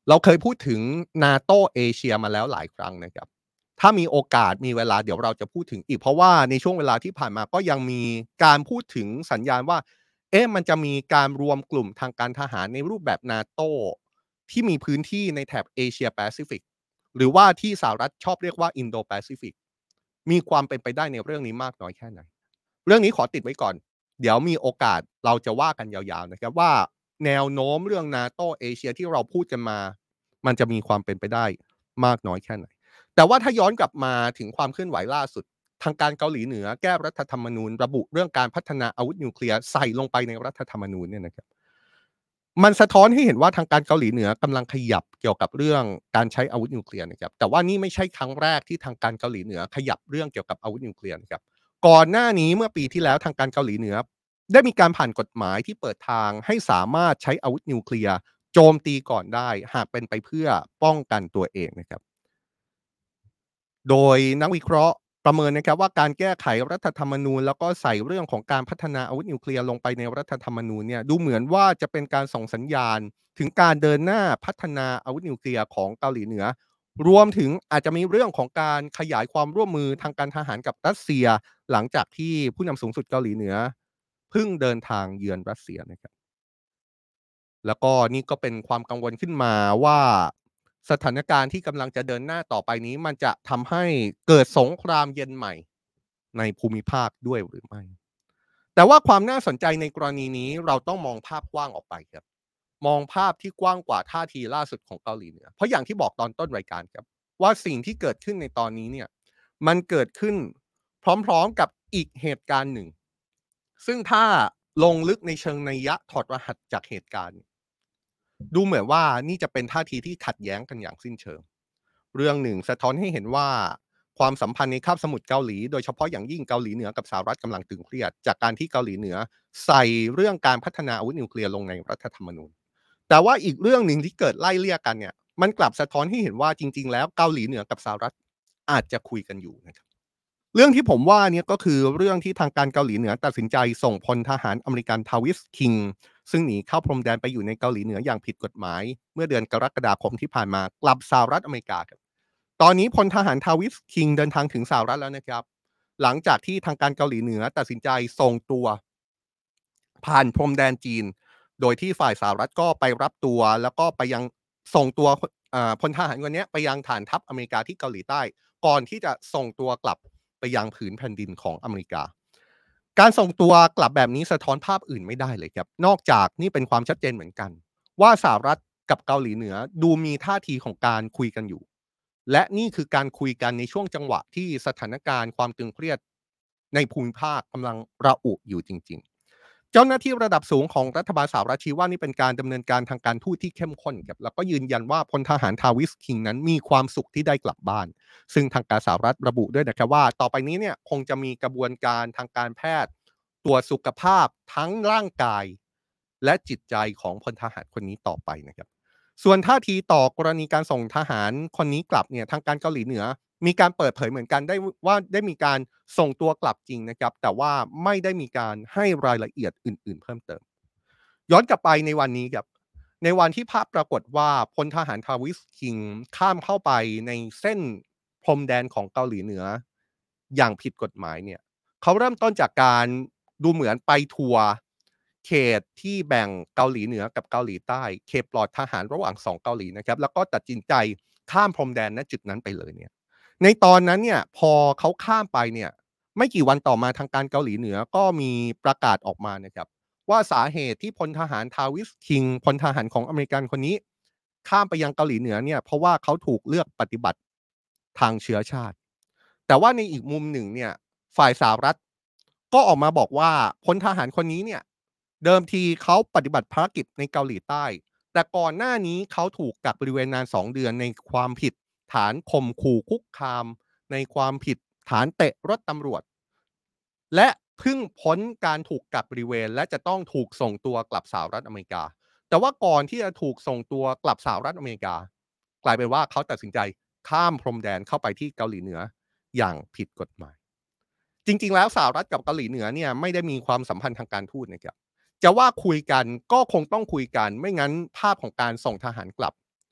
เราเคยพูดถึง NATO เอเชียมาแล้วหลายครั้งนะครับถ้ามีโอกาสมีเวลาเดี๋ยวเราจะพูดถึงอีกเพราะว่าในช่วงเวลาที่ผ่านมาก็ยังมีการพูดถึงสัญญาณว่ามันจะมีการรวมกลุ่มทางการทหารในรูปแบบ NATO ที่มีพื้นที่ในแถบเอเชียแปซิฟิกหรือว่าที่สหรัฐชอบเรียกว่า Indo Pacific มีความเป็นไปได้ในเรื่องนี้มากน้อยแค่ไหนเรื่องนี้ขอติดไว้ก่อนเดี๋ยวมีโอกาสเราจะว่ากันยาวๆนะครับว่าแนวโน้มเรื่อง NATO เอเชียที่เราพูดกันมามันจะมีความเป็นไปได้มากน้อยแค่ไหนแต่ว่าถ้าย้อนกลับมาถึงความเคลื่อนไหวล่าสุดทางการเกาหลีเหนือแก้รัฐธรรมนูญระบุเรื่องการพัฒนาอาวุธนิวเคลียร์ใส่ลงไปในรัฐธรรมนูญเนี่ยนะครับ มันสะท้อนให้เห็นว่าทางการเกาหลีเหนือกำลังขยับเกี่ยวกับเรื่องการใช้อาวุธนิวเคลียร์นะครับแต่ว่านี่ไม่ใช่ครั้งแรกที่ทางการเกาหลีเหนือขยับเรื่องเกี่ยวกับอาวุธนิวเคลียร์นะครับก่อนหน้านี้เมื่อปีที่แล้วทางการเกาหลีเหนือได้มีการผ่านกฎหมายที่เปิดทางให้สามารถใช้อาวุธนิวเคลียร์โจมตีก่อนได้หากเป็นไปเพื่อป้องกันตัวเองนะครับ โดยนักวิเคราะห์ประเมินนะครับว่าการแก้ไขรัฐธรรมนูญแล้วก็ใส่เรื่องของการพัฒนาอาวุธนิวเคลียร์ลงไปในรัฐธรรมนูญเนี่ยดูเหมือนว่าจะเป็นการส่งสัญญาณถึงการเดินหน้าพัฒนาอาวุธนิวเคลียร์ของเกาหลีเหนือรวมถึงอาจจะมีเรื่องของการขยายความร่วมมือทางการทหารกับรัสเซียหลังจากที่ผู้นำสูงสุดเกาหลีเหนือเพิ่งเดินทางเยือนรัสเซียนะครับ แล้วก็นี่ก็เป็นความกังวลขึ้นมาว่าสถานการณ์ที่กำลังจะเดินหน้าต่อไปนี้มันจะทำให้เกิดสงครามเย็นใหม่ในภูมิภาคด้วยหรือไม่แต่ว่าความน่าสนใจในกรณีนี้เราต้องมองภาพกว้างออกไปครับมองภาพที่กว้างกว่าท่าทีล่าสุดของเกาหลีเหนือเพราะอย่างที่บอกตอนต้นรายการครับว่าสิ่งที่เกิดขึ้นในตอนนี้เนี่ยมันเกิดขึ้นพร้อมๆกับอีกเหตุการณ์หนึ่งซึ่งถ้าลงลึกในเชิงนัยยะถอดรหัสจากเหตุการณ์ ดูเหมือนว่านี่จะเป็นท่าทีที่ขัดแย้งกันอย่างสิ้นเชิงเรื่องหนึ่งสะท้อนให้เห็นว่าความสัมพันธ์ในคาบสมุทรเกาหลีโดยเฉพาะอย่างยิ่งเกาหลีเหนือกับสหรัฐกำลังตึงเครียดจากการที่เกาหลีเหนือใส่เรื่องการพัฒนาอาวุธนิวเคลียร์ลงในรัฐธรรมนูญแต่ว่าอีกเรื่องหนึ่งที่เกิดไล่เลี่ยกันเนี่ยมันกลับสะท้อนให้เห็นว่าจริงๆแล้วเกาหลีเหนือกับสหรัฐอาจจะคุยกันอยู่นะครับ เรื่องที่ผมว่าเนี่ยก็คือเรื่องที่ทางการเกาหลีเหนือตัดสินใจส่งพลทหารอเมริกันทาวิสคิงซึ่งหนีเข้าพรมแดนไปอยู่ในเกาหลีเหนืออย่างผิดกฎหมายเมื่อเดือนกรกฎาคมที่ผ่านมากลับสหรัฐอเมริกาครับตอนนี้พลทหารทาวิสคิงเดินทางถึงสหรัฐแล้วนะครับหลังจากที่ทางการเกาหลีเหนือตัดสินใจส่งตัวผ่านพรมแดนจีนโดยที่ฝ่ายสหรัฐก็ไปรับตัวแล้วก็ไปยังส่งตัวพลทหารคนนี้ไปยังฐานทัพอเมริกาที่เกาหลีใต้ก่อนที่จะส่งตัวกลับ ไปยังผืนแผ่นดินของอเมริกา การส่งตัวกลับแบบนี้สะท้อนภาพอื่นไม่ได้เลยครับ นอกจากนี่เป็นความชัดเจนเหมือนกันว่าสหรัฐกับเกาหลีเหนือดูมีท่าทีของการคุยกันอยู่ และนี่คือการคุยกันในช่วงจังหวะที่สถานการณ์ความตึงเครียดในภูมิภาคกำลังระอุอยู่จริงๆ เจ้าหน้าที่ระดับสูงของรัฐบาลสหรัฐชี้ว่านี่เป็นการดำเนินการทางการทูตที่เข้มข้นครับแล้วก็ยืนยันว่าพลทหารทาวิสคิงนั้นมีความสุขที่ได้กลับบ้าน ซึ่งทางการสหรัฐระบุด้วยนะครับว่าต่อไปนี้เนี่ยคงจะมีกระบวนการทางการแพทย์ตรวจสุขภาพทั้งร่างกายและจิตใจของพลทหารคนนี้ต่อไปนะครับส่วนท่าทีต่อกรณีการส่งทหารคนนี้กลับเนี่ยทางการเกาหลีเหนือมีการเปิดเผยเหมือนกันได้ว่าได้มีการส่งตัวกลับจริงนะครับแต่ว่าไม่ได้มีการให้รายละเอียดอื่นๆเพิ่มเติมย้อนกลับไปในวันนี้ครับ ในวันที่ภาพปรากฏว่าพลทหารทาวิสคิงข้ามเข้าไปในเส้นพรมแดนของเกาหลีเหนืออย่างผิดกฎหมายเนี่ยเขาเริ่มต้นจากการดูเหมือนไปทัวร์เขตที่แบ่งเกาหลีเหนือกับเกาหลีใต้เขตปลอดทหารระหว่าง2เกาหลีนะครับแล้วก็ตัดสินใจข้ามพรมแดนณจุดนั้นไปเลยเนี่ยในตอนนั้นเนี่ยพอเขาข้ามไปเนี่ยไม่กี่วันต่อมาทางการเกาหลีเหนือก็มีประกาศออกมานะครับ ว่าสาเหตุที่พลทหารทาวิสคิงพลทหารของอเมริกันคนนี้ข้ามไปยังเกาหลีเหนือเนี่ยเพราะว่าเขาถูกเลือกปฏิบัติทางเชื้อชาติแต่ว่าในอีกมุมหนึ่งเนี่ยฝ่ายสหรัฐก็ออกมาบอกว่าพลทหารคนนี้เนี่ยเดิมทีเขาปฏิบัติภารกิจในเกาหลีใต้แต่ก่อนหน้านี้เขาถูกกักบริเวณนาน2 เดือนในความผิดฐานข่มขู่คุกคามในความผิดฐานเตะรถตำรวจ และเพิ่งพ้นการถูกกักบริเวณและจะต้องถูกส่งตัวกลับสหรัฐอเมริกาแต่ว่าก่อนที่จะถูกส่งตัวกลับสหรัฐอเมริกากลายเป็นว่าเขาตัดสินใจข้ามพรมแดนเข้าไปที่เกาหลีเหนืออย่างผิดกฎหมายจริงๆแล้วสหรัฐกับเกาหลีเหนือเนี่ยไม่ได้มีความสัมพันธ์ทางการทูตนะครับจะว่าคุยกันก็คงต้องคุยกันไม่งั้นภาพของการส่งทหารกลับ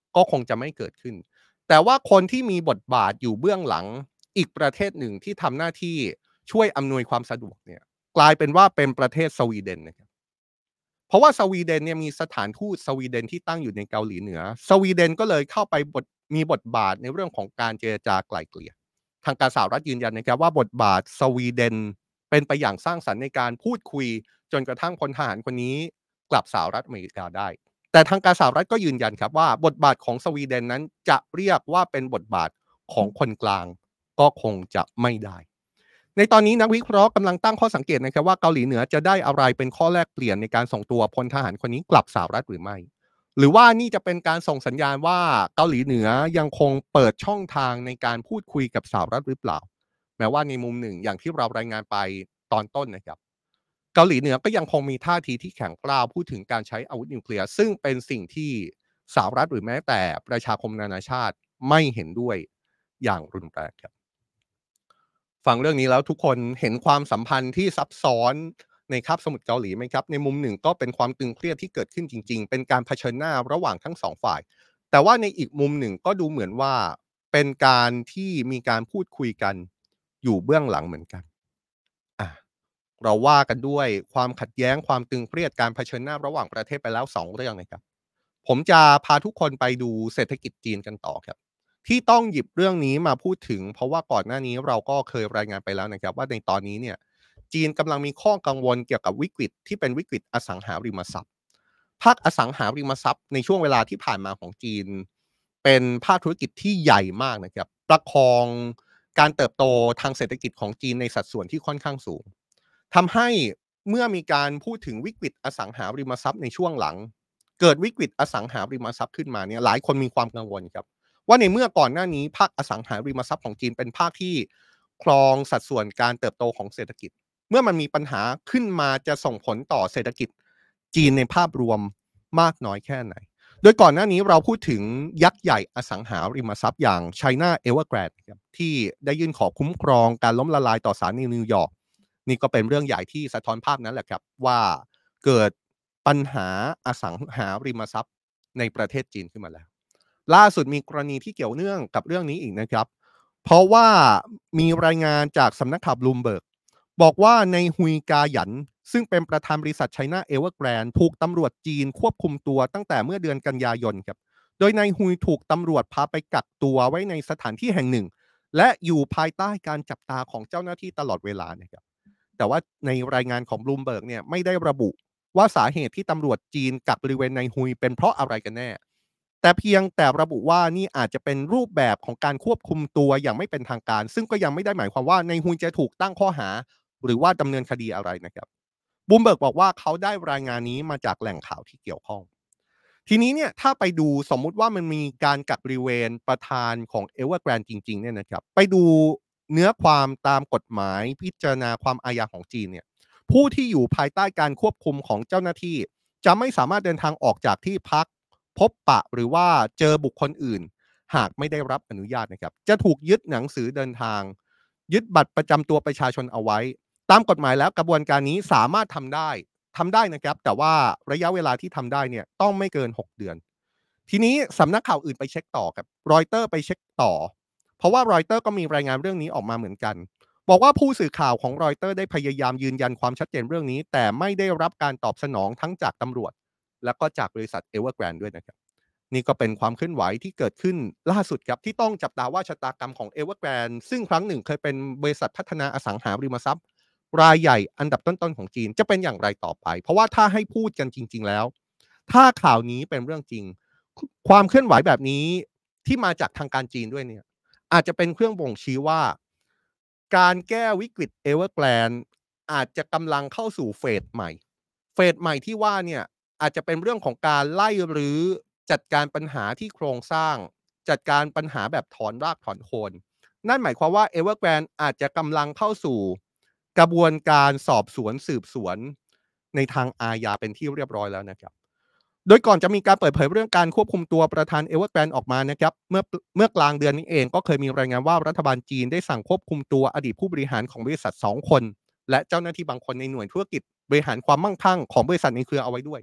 ก็คงจะไม่เกิดขึ้นแต่ว่าคนที่มีบทบาทอยู่เบื้องหลังอีกประเทศหนึ่งที่ทำหน้าที่ช่วยอำนวยความสะดวกเนี่ยกลายเป็นว่าเป็นประเทศสวีเดนนะครับ เพราะว่าสวีเดนเนี่ยมีสถานทูตสวีเดนที่ตั้งอยู่ในเกาหลีเหนือสวีเดนก็เลยเข้าไปมีบทบาทในเรื่องของการเจรจาไกล่เกลี่ยทางการสหรัฐยืนยันนะครับว่าบทบาทสวีเดนเป็นไปอย่างสร้างสรรค์ในการพูดคุยจนกระทั่งพลทหารคนนี้กลับสหรัฐอเมริกาได้แต่ทางการสหรัฐก็ยืนยันครับว่าบทบาทของสวีเดนนั้นจะเรียกว่าเป็นบทบาทของคนกลางก็คงจะไม่ได้ ในตอนนี้นักวิเคราะห์กำลังตั้งข้อสังเกตนะครับว่าเกาหลีเหนือจะได้อะไรเป็นข้อแลกเปลี่ยนในการส่งตัวพลทหารคนนี้กลับสหรัฐหรือไม่หรือว่านี่จะเป็นการส่งสัญญาณว่าเกาหลีเหนือยังคงเปิดช่องทางในการพูดคุยกับสหรัฐหรือเปล่าแม้ว่าในมุมหนึ่งอย่างที่เรารายงานไปตอนต้นนะครับเกาหลีเหนือก็ยังคงมีท่าทีที่แข็งกร้าวพูดถึงการใช้อาวุธนิวเคลียร์ซึ่งเป็นสิ่งที่สหรัฐหรือแม้แต่ประชาคมนานาชาติไม่เห็นด้วยอย่างรุนแรงครับ ฟังเรื่องนี้แล้วทุกคนเห็นความสัมพันธ์ที่ซับซ้อนในคาบสมุทรเกาหลีไหมครับในมุมหนึ่งก็เป็นความตึงเครียดที่เกิดขึ้นจริงๆเป็นการเผชิญหน้าระหว่างทั้งสองฝ่ายแต่ว่าในอีกมุมหนึ่งก็ดูเหมือนว่าเป็นการที่มีการพูดคุยกันอยู่เบื้องหลังเหมือนกันอ่ะเราว่ากันด้วยความขัดแย้งความตึงเครียดการเผชิญหน้าระหว่างประเทศไปแล้ว2เรื่องนะครับ ผมจะพาทุกคนไปดูเศรษฐกิจจีนกันต่อครับที่ต้องหยิบเรื่องนี้มาพูดถึงเพราะว่าก่อนหน้านี้เราก็เคยรายงานไปแล้วนะครับว่าในตอนนี้เนี่ยจีนกำลังมีข้อกังวลเกี่ยวกับวิกฤตที่เป็นวิกฤตอสังหาริมทรัพย์ภาคอสังหาริมทรัพย์ในช่วงเวลาที่ผ่านมาของจีนเป็นภาคธุรกิจที่ใหญ่มากนะครับประคองการเติบโตทางเศรษฐกิจของจีนในสัดส่วนที่ค่อนข้างสูง ทำให้เมื่อมีการพูดถึงวิกฤตอสังหาริมทรัพย์ในช่วงหลังเกิดวิกฤตอสังหาริมทรัพย์ขึ้นมาเนี่ยหลายคนมีความกังวลครับว่าในเมื่อก่อนหน้านี้ภาคอสังหาริมทรัพย์ของจีนเป็นภาคที่ครองสัดส่วนการเติบโตของเศรษฐกิจเมื่อมันมีปัญหาขึ้นมาจะส่งผลต่อเศรษฐกิจจีนในภาพรวมมากน้อยแค่ไหนโดยก่อนหน้านี้เราพูดถึงยักษ์ใหญ่อสังหาริมทรัพย์อย่าง China Evergrande ครับที่ได้ยื่นขอคุ้มครองการล้มละลายต่อศาลในนิวยอร์ก นี่ก็เป็นเรื่องใหญ่ที่สะท้อนภาพนั้นแหละครับว่าเกิดปัญหาอสังหาริมทรัพย์ในประเทศจีนขึ้นมาแล้วล่าสุดมีกรณีที่เกี่ยวเนื่องกับเรื่องนี้อีกนะครับเพราะว่ามีรายงานจากสำนักข่าวบลูมเบิร์กบอกว่าในฮุยกาหยันซึ่งเป็นประธานบริษัทไชน่าเอเวอร์แกรนถูกตำรวจจีนควบคุมตัวตั้งแต่เมื่อเดือนกันยายนครับโดยนายฮุยถูกตำรวจพาไปกักตัวไว้ในสถานที่แห่งหนึ่งและอยู่ภายใต้การจับตาของเจ้าหน้าที่ตลอดเวลานะครับ แต่ว่าในรายงานของบลูมเบิร์กเนี่ยไม่ได้ระบุว่าสาเหตุที่ตำรวจจีนกักบริเวณในฮุยเป็นเพราะอะไรกันแน่แต่เพียงแต่ระบุว่านี่อาจจะเป็นรูปแบบของการควบคุมตัวอย่างไม่เป็นทางการซึ่งก็ยังไม่ได้หมายความว่าในฮุยจะถูกตั้งข้อหาหรือว่าดำเนินคดีอะไรนะครับบลูมเบิร์กบอกว่าเขาได้รายงานนี้มาจากแหล่งข่าวที่เกี่ยวข้อง ทีนี้เนี่ยถ้าไปดูสมมุติว่ามันมีการกักบริเวณประธานของ Evergrande จริงๆเนี่ยนะครับไปดูเนื้อความตามกฎหมายพิจารณาความอาญาของจีนเนี่ยผู้ที่อยู่ภายใต้การควบคุมของเจ้าหน้าที่จะไม่สามารถเดินทางออกจากที่พักพบปะหรือว่าเจอบุคคลอื่นหากไม่ได้รับอนุญาตนะครับจะถูกยึดหนังสือเดินทางยึดบัตรประจำตัวประชาชนเอาไว้ตามกฎหมายแล้วกระบวนการนี้สามารถทำได้ ทำได้นะครับแต่ว่าระยะเวลาที่ทำได้เนี่ยต้องไม่เกิน6เดือนทีนี้สำนักข่าวอื่นไปเช็คต่อครับรอยเตอร์ไปเช็คต่อเพราะว่ารอยเตอร์ก็มีรายงานเรื่องนี้ออกมาเหมือนกันบอกว่าผู้สื่อข่าวของรอยเตอร์ได้พยายามยืนยันความชัดเจนเรื่องนี้แต่ไม่ได้รับการตอบสนองทั้งจากตำรวจและก็จากบริษัท Evergrande ด้วยนะครับนี่ก็เป็นความเคลื่อนไหวที่เกิดขึ้นล่าสุดครับที่ต้องจับตาว่าชะตากรรมของ Evergrande ซึ่งครั้งหนึ่งเคยเป็นบริษัทพัฒนาอสังหาริมทรัพย์ รายใหญ่อันดับต้นๆของจีนจะเป็นอย่างไรต่อไปเพราะว่าถ้าให้พูดกันจริงๆแล้วถ้าข่าวนี้เป็นเรื่องจริงความเคลื่อนไหวแบบนี้ที่มาจากทางการจีนด้วยเนี่ยอาจจะเป็นเครื่องบ่งชี้ว่าการแก้วิกฤต Evergrande อาจจะกำลังเข้าสู่เฟสใหม่เฟสใหม่ที่ว่าเนี่ยอาจจะเป็นเรื่องของการไล่รื้อจัดการปัญหาที่โครงสร้างจัดการปัญหาแบบถอนรากถอนโคนนั่นหมายความว่า Evergrande อาจจะกำลังเข้าสู่ กระบวนการสอบสวนสืบสวนในทางอาญาเป็นที่เรียบร้อยแล้วนะครับโดยก่อนจะมีการเปิดเผยเรื่องการควบคุมตัวประธานเอเวอร์แกรนออกมานะครับเมื่อกลางเดือนนี้เองก็เคยมีรายงานว่ารัฐบาลจีนได้สั่งควบคุมตัวอดีตผู้บริหารของบริษัท2คนและเจ้าหน้าที่บางคนในหน่วยธุรกิจบริหารความมั่งคั่งของบริษัทในเครือเอาไว้ด้วย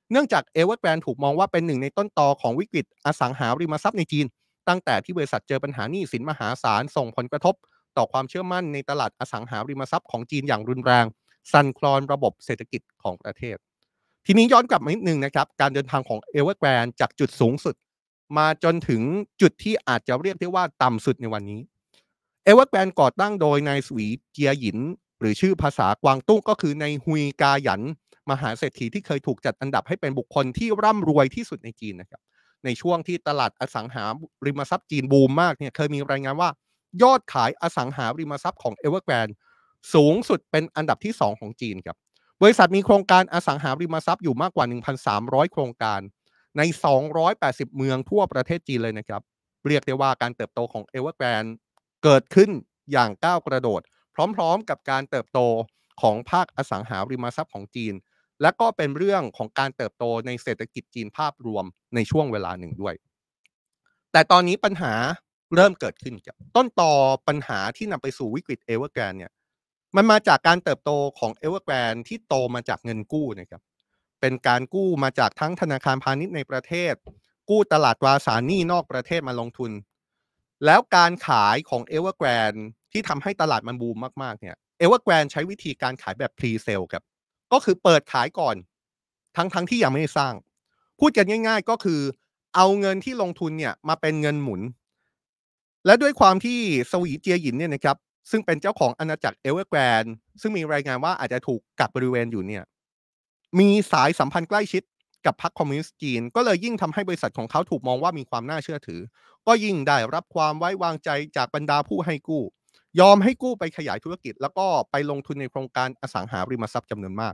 เนื่องจาก Evergrande ถูกมองว่าเป็นหนึ่งในต้นตอของวิกฤตอสังหาริมทรัพย์ในจีนตั้งแต่ที่บริษัทเจอปัญหาหนี้สินมหาศาลส่งผลกระทบต่อความเชื่อมั่นในตลาดอสังหาริมทรัพย์ของจีนอย่างรุนแรงสั่นคลอนระบบเศรษฐกิจของประเทศทีนี้ย้อนกลับมานิดนึงนะครับการเดินทางของ Evergrande จากจุดสูงสุดมาจนถึงจุดที่อาจจะเรียกได้ว่าต่ำสุดในวันนี้ Evergrande ก่อตั้งโดยนายสวีเจียหยินหรือชื่อภาษากวางตุ้งก็คือนายฮุยกาหยันมหาเศรษฐีที่เคยถูกจัดอันดับให้เป็นบุคคลที่ร่ำรวยที่สุดในจีนนะครับในช่วงที่ตลาดอสังหาริมทรัพย์จีนบูมมากเนี่ยเคยมีรายงานว่ายอดขายอสังหาริมทรัพย์ของ Evergrande สูงสุดเป็นอันดับที่2ของจีนครับบริษัทมีโครงการอสังหาริมทรัพย์อยู่มากกว่า 1,300 โครงการใน280เมืองทั่วประเทศจีนเลยนะครับเรียกได้ว่าการเติบโตของ Evergrande เกิดขึ้นอย่างก้าวกระโดดพร้อมๆกับการเติบโตของภาคอสังหาริมทรัพย์ของจีนและก็เป็นเรื่องของการเติบโตในเศรษฐกิจจีนภาพรวมในช่วงเวลาหนึ่งด้วยแต่ตอนนี้ปัญหาเริ่มเกิดขึ้นครับต้นตอปัญหาที่นำไปสู่วิกฤต Evergrande เนี่ยมันมาจากการเติบโตของ Evergrande ที่โตมาจากเงินกู้นะครับเป็นการกู้มาจากทั้งธนาคารพาณิชย์ในประเทศกู้ตลาดตราสารหนี้นอกประเทศมาลงทุน แล้วการขายของ Evergrande ที่ทำให้ตลาดมันบูมมากๆเนี่ย Evergrande ใช้วิธีการขายแบบ Pre-sale ครับก็คือเปิดขายก่อนทั้งที่ยังไม่ได้สร้างพูดกันง่ายๆก็คือเอาเงินที่ลงทุนเนี่ยมาเป็นเงินหมุนและด้วยความที่สวีเจียหยินเนี่ยนะครับซึ่งเป็นเจ้าของอาณาจักร Evergrande ซึ่งมีรายงานว่าอาจจะถูกกักบริเวณอยู่เนี่ยมีสายสัมพันธ์ใกล้ชิดกับพรรคคอมมิวนิสต์จีนก็เลยยิ่งทำให้บริษัทของเขาถูกมองว่ามีความน่าเชื่อถือ ก็ยิ่งได้รับความไว้วางใจจากบรรดาผู้ให้กู้ยอมให้กู้ไปขยายธุรกิจแล้วก็ไปลงทุนในโครงการอสังหาริมทรัพย์จำนวนมาก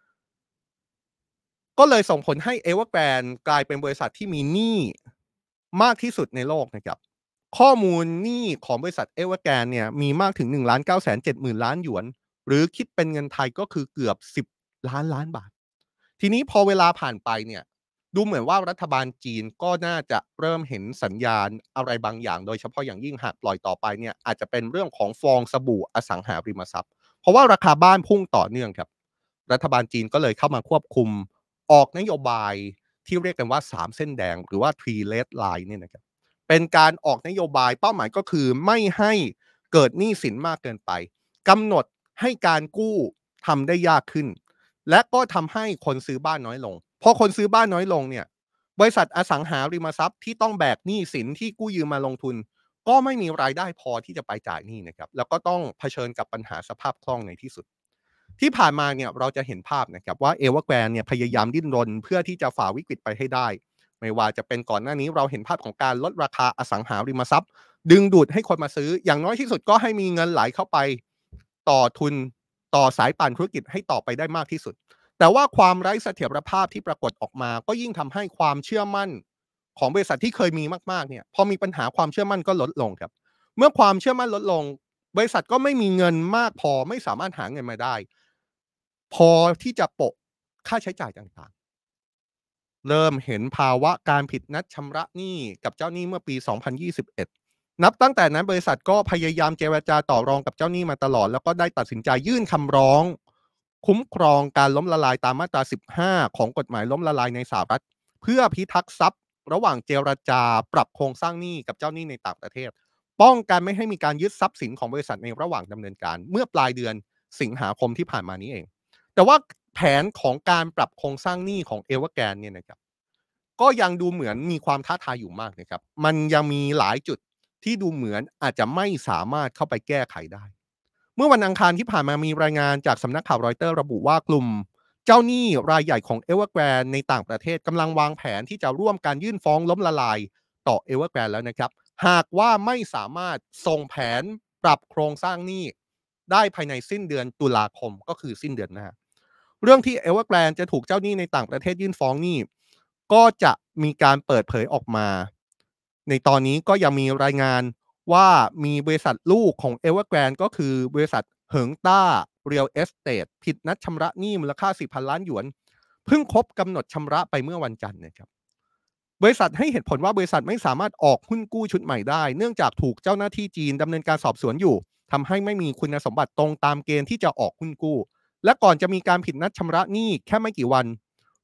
ก็เลยส่งผลให้ Evergrande กลายเป็นบริษัทที่มีหนี้มากที่สุดในโลกนะครับข้อมูลหนี้ของบริษัท Evergrande เนี่ยมีมากถึง1,970,000 ล้านหยวนหรือคิดเป็นเงินไทยก็คือเกือบ10ล้านบาท ทีนี้พอเวลาผ่านไปเนี่ยดูเหมือนว่ารัฐบาลจีนก็น่าจะเริ่มเห็นสัญญาณอะไรบางอย่างโดยเฉพาะอย่างยิ่งหากปล่อยต่อไปเนี่ยอาจจะเป็นเรื่องของฟองสบู่อสังหาริมทรัพย์เพราะว่าราคาบ้านพุ่งต่อเนื่องครับรัฐบาลจีนก็เลยเข้ามาควบคุมออกนโยบายที่เรียกกันว่า3เส้นแดงหรือว่า3 red line เนี่ยนะครับเป็นการออกนโยบายเป้าหมายก็คือไม่ให้เกิดหนี้สินมากเกินไปกำหนดให้การกู้ทำได้ยากขึ้น และก็ทำให้คนซื้อบ้านน้อยลงพอคนซื้อบ้านน้อยลงเนี่ยบริษัทอสังหาริมทรัพย์ที่ต้องแบกหนี้สินที่กู้ยืมมาลงทุนก็ไม่มีรายได้พอที่จะไปจ่ายหนี้นะครับแล้วก็ต้องเผชิญกับปัญหาสภาพคล่องในที่สุดที่ผ่านมาเนี่ยเราจะเห็นภาพนะครับว่าEvergrandeเนี่ยพยายามดิ้นรนเพื่อที่จะฝ่าวิกฤตไปให้ได้ไม่ว่าจะเป็นก่อนหน้านี้เราเห็นภาพของการลดราคาอสังหาริมทรัพย์ดึงดูดให้คนมาซื้ออย่างน้อยที่สุดก็ให้มีเงินไหลเข้าไปต่อทุนต่อสายป่านธุรกิจให้ต่อไปได้มากที่สุด แต่ว่าความไร้เสถียรภาพที่ปรากฏออกมาก็ยิ่งทำให้ความเชื่อมั่นของบริษัทที่เคยมีมากๆเนี่ยพอมีปัญหาความเชื่อมั่นก็ลดลงครับเมื่อความเชื่อมั่นลดลงบริษัทก็ไม่มีเงินมากพอไม่สามารถหาเงินมาได้พอที่จะโปะค่าใช้จ่ายต่างๆเริ่มเห็นภาวะการผิดนัดชำระหนี้กับเจ้าหนี้เมื่อปี 2021นับตั้งแต่นั้นบริษัทก็พยายามเจรจาต่อรองกับเจ้าหนี้มาตลอดแล้วก็ได้ตัดสินใจยื่นคำร้อง คุ้มครองการล้มละลายตามมาตรา 15 ของกฎหมายล้มละลายในสหรัฐเพื่อพิทักษ์ทรัพย์ระหว่างเจรจาปรับโครงสร้างหนี้กับเจ้าหนี้ในต่างประเทศป้องกันไม่ให้มีการยึดทรัพย์สินของบริษัทในระหว่างดำเนินการเมื่อปลายเดือนสิงหาคมที่ผ่านมานี้เองแต่ว่าแผนของการปรับโครงสร้างหนี้ของเอเวอร์แกนเนี่ยนะครับก็ยังดูเหมือนมีความท้าทายอยู่มากนะครับมันยังมีหลายจุดที่ดูเหมือนอาจจะไม่สามารถเข้าไปแก้ไขได้ เมื่อวันอังคารที่ผ่านมามีรายงานจากสำนักข่าวรอยเตอร์ระบุว่ากลุ่มเจ้าหนี้รายใหญ่ของ Evergrande ในต่างประเทศกำลังวางแผนที่จะร่วมการยื่นฟ้องล้มละลายต่อ Evergrande แล้วนะครับหากว่าไม่สามารถส่งแผนปรับโครงสร้างหนี้ได้ภายในสิ้นเดือนตุลาคมก็คือสิ้นเดือนหน้าเรื่องที่ Evergrande จะถูกเจ้าหนี้ในต่างประเทศยื่นฟ้องหนี้ก็จะมีการเปิดเผยออกมาในตอนนี้ก็ยังมีรายงาน ว่ามีบริษัทลูกของ Evergrande ก็คือบริษัทเหิงต้า Real Estate ผิดนัดชำระหนี้มูลค่า 4,000 ล้านหยวนเพิ่งครบกำหนดชำระไปเมื่อวันจันทร์นะครับบริษัทให้เหตุผลว่าบริษัทไม่สามารถออกหุ้นกู้ชุดใหม่ได้เนื่องจากถูกเจ้าหน้าที่จีนดำเนินการสอบสวนอยู่ทำให้ไม่มีคุณสมบัติตรงตามเกณฑ์ที่จะออกหุ้นกู้และก่อนจะมีการผิดนัดชำระหนี้แค่ไม่กี่วัน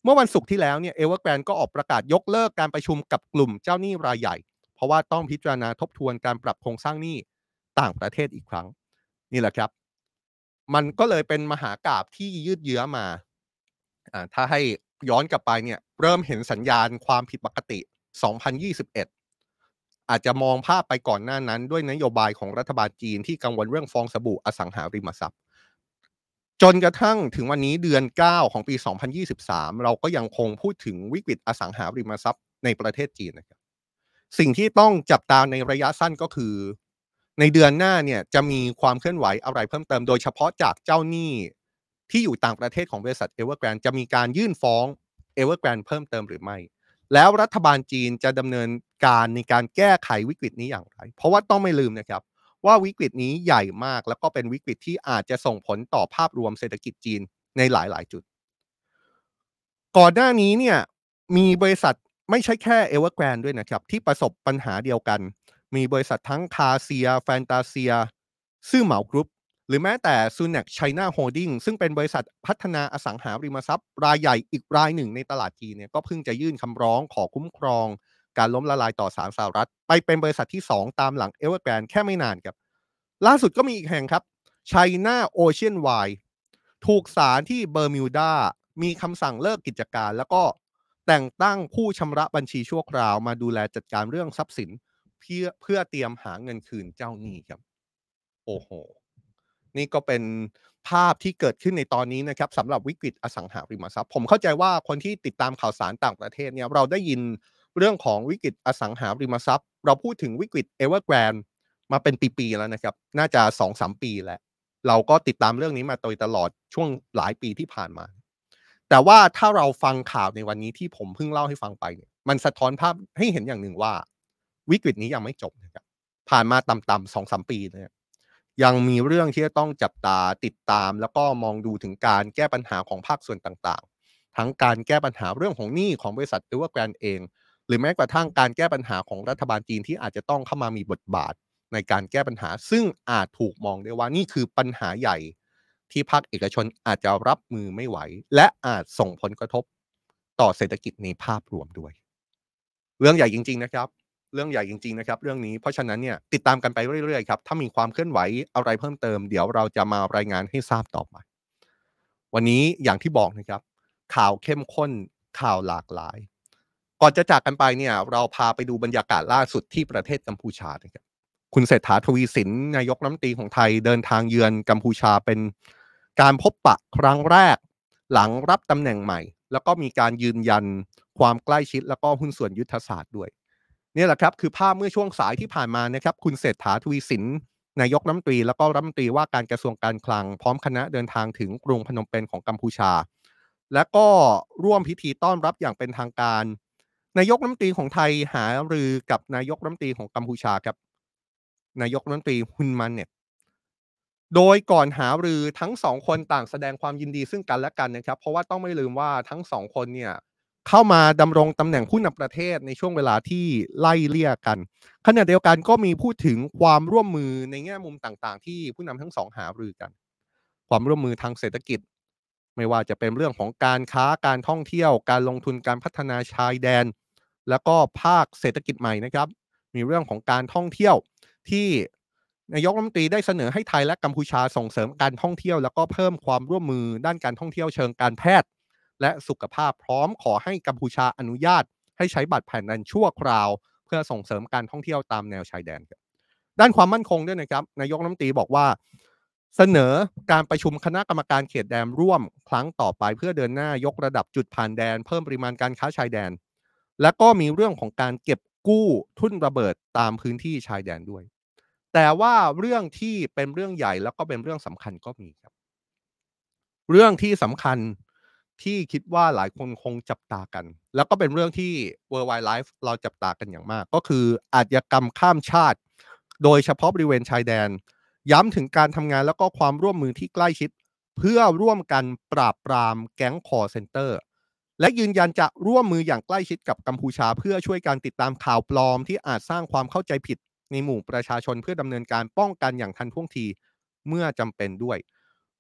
เมื่อวันศุกร์ที่แล้วเนี่ยเอเวอร์แกรนก็ออกประกาศยกเลิกการประชุมกับกลุ่มเจ้าหนี้รายใหญ่เพราะว่าต้องพิจารณาทบทวนการปรับโครงสร้างหนี้ต่างประเทศอีกครั้งนี่แหละครับมันก็เลยเป็นมหากาพย์ที่ยืดเยื้อมาถ้าให้ย้อนกลับไปเนี่ยเริ่มเห็นสัญญาณความผิดปกติ2021อาจจะมองภาพไปก่อนหน้านั้นด้วยนโยบายของรัฐบาลจีนที่กังวลเรื่องฟองสบู่อสังหาริมทรัพย์ จนกระทั่งถึงวันนี้เดือน9ของปี2023เราก็ยังคงพูดถึงวิกฤตอสังหาริมทรัพย์ในประเทศจีนนะครับสิ่งที่ต้องจับตาในระยะสั้นก็คือในเดือนหน้าเนี่ยจะมีความเคลื่อนไหวอะไรเพิ่มเติมโดยเฉพาะจากเจ้าหนี้ที่อยู่ต่างประเทศของบริษัท Evergrande จะมีการยื่นฟ้อง Evergrande เพิ่มเติมหรือไม่แล้วรัฐบาลจีนจะดำเนินการในการแก้ไขวิกฤตนี้อย่างไรเพราะว่าต้องไม่ลืมนะครับ ว่าวิกฤตนี้ใหญ่มากแล้วก็เป็นวิกฤตที่อาจจะส่งผลต่อภาพรวมเศรษฐกิจจีนในหลายๆจุดก่อนหน้านี้เนี่ยมีบริษัทไม่ใช่แค่ Evergrande ด้วยนะครับที่ประสบปัญหาเดียวกันมีบริษัททั้งคาเซียแฟนตาเซียซื่อเหมากรุ๊ปหรือแม้แต่ Sunac China Holding ซึ่งเป็นบริษัทพัฒนาอสังหาริมทรัพย์รายใหญ่อีกรายหนึ่งในตลาดจีนเนี่ยก็เพิ่งจะยื่นคำร้องขอคุ้มครองการล้มละลายต่อศาลสหรัฐไปเป็นบริษัทที่2ตามหลัง Evergrande แค่ไม่นานครับ ล่าสุดก็มีอีกแห่งครับ China Ocean Wine ถูกศาลที่เบอร์มิวดามีคำสั่งเลิกกิจการแล้วก็แต่งตั้งผู้ชำระบัญชีชั่วคราวมาดูแลจัดการเรื่องทรัพย์สินเพื่อเตรียมหาเงินคืนเจ้าหนี้ครับโอ้โหนี่ก็เป็นภาพที่เกิดขึ้นในตอนนี้นะครับสำหรับวิกฤตอสังหาริมทรัพย์ผมเข้าใจว่าคนที่ติดตามข่าวสารต่างประเทศเนี่ยเราได้ยินเรื่องของวิกฤตอสังหาริมทรัพย์เราพูดถึงวิกฤต Evergrande มาเป็นปีๆแล้วนะครับน่าจะ2-3ปีแล้วเราก็ติดตามเรื่องนี้มาโดยตลอดช่วงหลายปีที่ผ่านมาแต่ว่าถ้าเราฟังข่าวในวันนี้ที่ผมเพิ่งเล่าให้ฟังไปเนี่ยมันสะท้อนภาพให้เห็นอย่างหนึ่งว่าวิกฤตนี้ยังไม่จบนะครับผ่านมาต่ำๆ2-3ปีเนี่ยยังมีเรื่องที่จะต้องจับตาติดตามแล้วก็มองดูถึงการแก้ปัญหาของภาคส่วนต่างๆทั้งการแก้ปัญหาเรื่องของหนี้ของบริษัท Evergrande เอง หรือแม้กระทั่งการแก้ปัญหาของรัฐบาลจีนที่อาจจะต้องเข้ามามีบทบาทในการแก้ปัญหาซึ่งอาจถูกมองได้ว่านี่คือปัญหาใหญ่ที่ภาคเอกชนอาจจะรับมือไม่ไหวและอาจส่งผลกระทบต่อเศรษฐกิจในภาพรวมด้วยเรื่องใหญ่จริงๆนะครับเรื่องใหญ่จริงๆนะครับเรื่องนี้เพราะฉะนั้นเนี่ยติดตามกันไปเรื่อยๆครับถ้ามีความเคลื่อนไหวอะไรเพิ่มเติมเดี๋ยวเราจะมารายงานให้ทราบต่อไปวันนี้อย่างที่บอกนะครับข่าวเข้มข้นข่าวหลากหลาย ก่อนจะจากกันไปเนี่ยเราพาไปดูบรรยากาศล่าสุดที่ประเทศกัมพูชานะครับคุณเศรษฐาทวีสินนายกรัฐมนตรีของไทยเดินทางเยือนกัมพูชาเป็นการพบปะครั้งแรกหลังรับตำแหน่งใหม่แล้วก็มีการยืนยันความใกล้ชิดแล้วก็หุ้นส่วนยุทธศาสตร์ด้วยนี่แหละครับคือภาพเมื่อช่วงสายที่ผ่านมานะครับคุณเศรษฐาทวีสินนายกรัฐมนตรีแล้วก็รัฐมนตรีว่าการกระทรวงการคลังพร้อมคณะเดินทางถึงกรุงพนมเปญของกัมพูชาและก็ร่วมพิธีต้อนรับอย่างเป็นทางการ นายกรัฐมนตรีของไทยหารือกับนายกรัฐมนตรีของกัมพูชาครับนายกรัฐมนตรีฮุนมาเน็ตโดยก่อนหารือทั้งสองคนต่างแสดงความยินดีซึ่งกันและกันนะครับเพราะว่าต้องไม่ลืมว่าทั้งสองคนเนี่ยเข้ามาดำรงตำแหน่งผู้นำประเทศในช่วงเวลาที่ไล่เลี่ยกันขณะเดียวกันก็มีพูดถึงความร่วมมือในแง่มุมต่างๆที่ผู้นำทั้งสองหารือกันความร่วมมือทางเศรษฐกิจไม่ว่าจะเป็นเรื่องของการค้าการท่องเที่ยวการลงทุนการพัฒนาชายแดน แล้วก็ภาคเศรษฐกิจใหม่นะครับมีเรื่องของการท่องเที่ยวที่นายกรัฐมนตรีได้เสนอให้ไทยและกัมพูชาส่งเสริมการท่องเที่ยวแล้วก็เพิ่มความร่วมมือด้านการท่องเที่ยวเชิงการแพทย์และสุขภาพพร้อมขอให้กัมพูชาอนุญาตให้ใช้บัตรแผ่นนั้นชั่วคราวเพื่อส่งเสริมการท่องเที่ยวตามแนวชายแดนครับด้านความมั่นคงด้วยนะครับนายกรัฐมนตรีบอกว่าเสนอการประชุมคณะกรรมการเขตแดนร่วมครั้งต่อไปเพื่อเดินหน้ายกระดับจุดผ่านแดนเพิ่มปริมาณการค้าชายแดน แล้วก็มีเรื่องของการเก็บกู้ทุ่นระเบิดตามพื้นที่ชายแดนด้วย แต่ว่าเรื่องที่เป็นเรื่องใหญ่แล้วก็เป็นเรื่องสำคัญก็มีครับเรื่องที่สำคัญที่คิดว่าหลายคนคงจับตากันแล้วก็เป็นเรื่องที่ World Wide Life เราจับตากันอย่างมากก็คืออาชญากรรมข้ามชาติโดยเฉพาะบริเวณชายแดนย้ำถึงการทำงานแล้วก็ความร่วมมือที่ใกล้ชิดเพื่อร่วมกันปราบปรามแก๊งคอร์เซนเตอร์ และยืนยันจะร่วมมืออย่างใกล้ชิดกับกัมพูชาเพื่อช่วยการติดตามข่าวปลอมที่อาจสร้างความเข้าใจผิดในหมู่ประชาชนเพื่อดำเนินการป้องกันอย่างทันท่วงทีเมื่อจำเป็นด้วย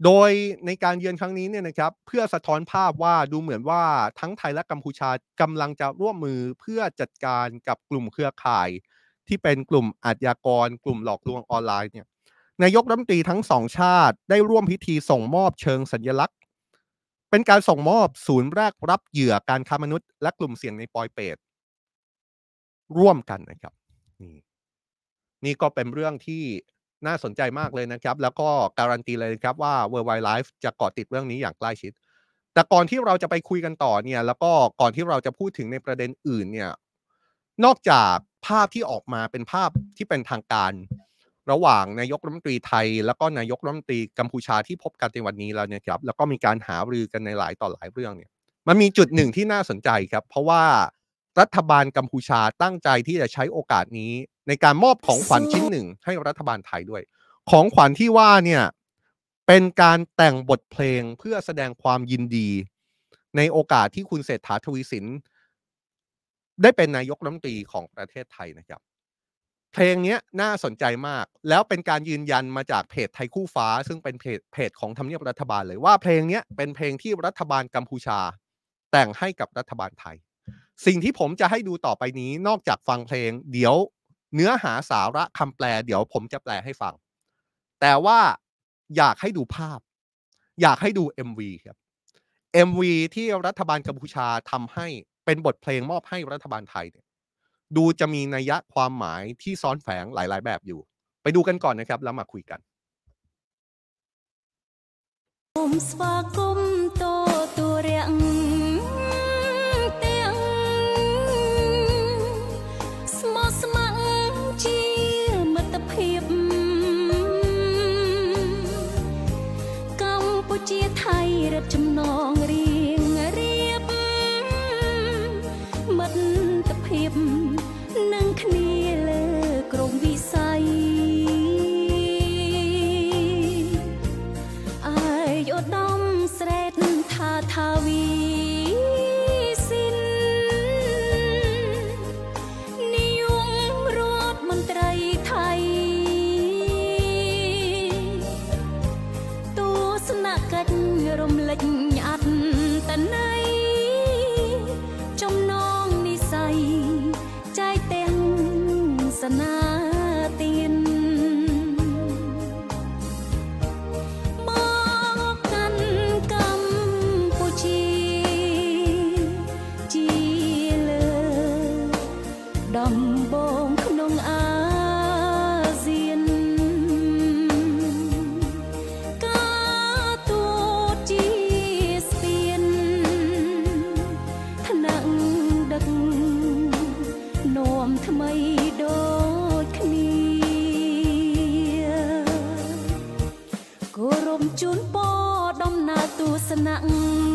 โดยในการเยือนครั้งนี้เนี่ยนะครับเพื่อสะท้อนภาพว่าดูเหมือนว่าทั้งไทยและกัมพูชากำลังจะร่วมมือเพื่อจัดการกับกลุ่มเครือข่ายที่เป็นกลุ่มอาชญากรกลุ่มหลอกลวงออนไลน์เนี่ยนายกรัฐมนตรีทั้งสองชาติได้ร่วมพิธีส่งมอบเชิงสัญลักษณ์เป็นการส่งมอบศูนย์แรกรับเหยื่อการค้ามนุษย์และกลุ่มเสี่ยงในปอยเปตร่วมกันนะครับนี่ นี่ก็เป็นเรื่องที่น่าสนใจมากเลยนะครับแล้วก็การันตีเลยนะครับว่า World Wide Life จะเกาะติดเรื่องนี้อย่างใกล้ชิดแต่ก่อนที่เราจะไปคุยกันต่อเนี่ยแล้วก็ก่อนที่เราจะพูดถึงในประเด็นอื่นเนี่ยนอกจากภาพที่ออกมาเป็นภาพที่เป็นทางการระหว่างนายกรัฐมนตรีไทยแล้วก็นายกรัฐมนตรีกัมพูชาที่พบกันในวันนี้แล้วเนี่ยครับแล้วก็มีการหารือกันในหลายต่อหลายเรื่องเนี่ยมันมีจุดหนึ่งที่น่าสนใจครับเพราะว่า รัฐบาลกัมพูชาตั้งใจที่จะใช้โอกาสนี้ในการมอบของขวัญชิ้นหนึ่งให้รัฐบาลไทยด้วยของขวัญที่ว่าเนี่ยเป็นการแต่งบทเพลงเพื่อแสดงความยินดีในโอกาสที่คุณเศรษฐาทวีสินได้เป็นนายกรัฐมนตรีของประเทศไทยนะครับเพลงนี้น่าสนใจมากแล้วเป็นการยืนยันมาจากเพจไทยคู่ฟ้าซึ่งเป็นเพจของทำเนียบรัฐบาลเลยว่าเพลงนี้เป็นเพลงที่รัฐบาลกัมพูชาแต่งให้กับรัฐบาลไทย สิ่งที่ผมจะให้ดูต่อไปนี้นอกจากฟังเพลงเดี๋ยวเนื้อหาสาระคำแปลเดี๋ยวผมจะแปลให้ฟังแต่ว่าอยากให้ดูภาพอยากให้ดู MV ครับ MV ที่รัฐบาลกัมพูชาทำให้เป็นบทเพลงมอบให้รัฐบาลไทยเนี่ยดูจะมีนัยยะความหมายที่ซ้อนแฝงหลายๆแบบอยู่ไปดูกันก่อนนะครับแล้วมาคุยกันសូមស្វាគមន៍តទូរាំងទាំងស្មោះស្ម័គ្រជាមិត្តភាពកម្ពុជាថៃរឹតចំណងរៀងរៀបមិត្តភាពនឹងគ្នាលើក្រុមវិស័យ ឧត្តមស្រែតថាវីសិននាយករដ្ឋមន្ត្រីថៃទស្សនកិច្ចរំលេចអត្តន័យចំណងនិស័យចែកទាំងសនាទាន ដំបងក្នុងអាស៊ានការទូតជាស្ពានថ្នាក់ដឹកនាំថ្មីដូចគ្នាគោរពជូនពរដំណើរទស្សនៈ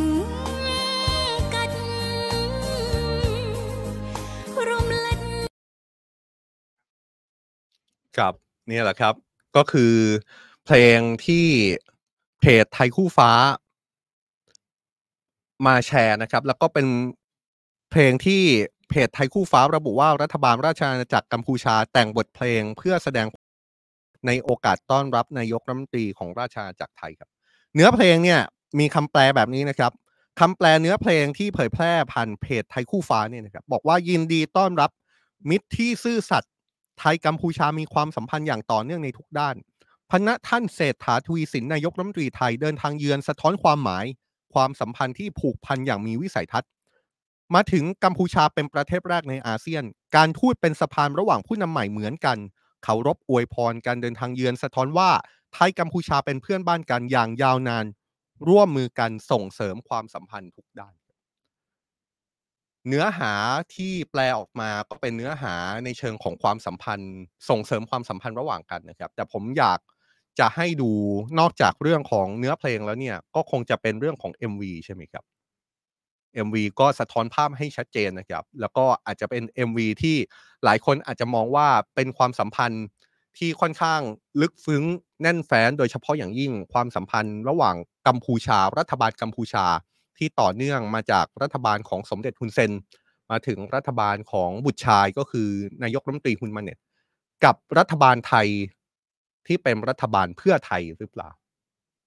ครับเนี่ยแหละครับก็คือเพลงที่เพจไทยคู่ฟ้ามาแชร์นะครับแล้วก็เป็นเพลงที่เพจไทยคู่ฟ้าระบุว่ารัฐบาลราชอาณาจักรกัมพูชาแต่งบทเพลงเพื่อแสดงในโอกาสต้อนรับนายกรัฐมนตรีของราชอาณาจักรไทยครับเนื้อเพลงเนี่ยมีคำแปลแบบนี้นะครับคำแปลเนื้อเพลงที่เผยแพร่ผ่านเพจไทยคู่ฟ้าเนี่ยนะครับบอกว่ายินดีต้อนรับมิตรที่ซื่อสัตย์ ไทยกัมพูชามีความสัมพันธ์อย่างต่อเนื่องในทุกด้านพณะท่านเศรษฐาทวีสินนายกรัฐมนตรีไทยเดินทางเยือนสะท้อนความหมายความสัมพันธ์ที่ผูกพันอย่างมีวิสัยทัศน์มาถึงกัมพูชาเป็นประเทศแรกในอาเซียนการทูตเป็นสะพานระหว่างผู้นำใหม่เหมือนกันเคารพอวยพรการเดินทางเยือนสะท้อนว่าไทยกัมพูชาเป็นเพื่อนบ้านกันอย่างยาวนานร่วมมือกันส่งเสริมความสัมพันธ์ทุกด้าน เนื้อหาที่แปลออกมาก็เป็นเนื้อหาในเชิงของความสัมพันธ์ส่งเสริมความสัมพันธ์ระหว่างกันนะครับแต่ผมอยากจะให้ดูนอกจากเรื่องของเนื้อเพลงแล้วเนี่ยก็คงจะเป็นเรื่องของ MV ใช่ไหมครับ MV ก็สะท้อนภาพให้ชัดเจนนะครับแล้วก็อาจจะเป็น MV ที่หลายคนอาจจะมองว่าเป็นความสัมพันธ์ที่ค่อนข้างลึกซึ้งแน่นแฟ้นโดยเฉพาะอย่างยิ่งความสัมพันธ์ระหว่างกัมพูชารัฐบาลกัมพูชาที่ต่อเนื่องมาจากรัฐบาลของสมเด็จฮุนเซนมาถึงรัฐบาลของบุตรชายก็คือนายกรัฐมนตรีฮุนมาเน็ตกับรัฐบาลไทยที่เป็นรัฐบาลเพื่อไทยหรือเปล่า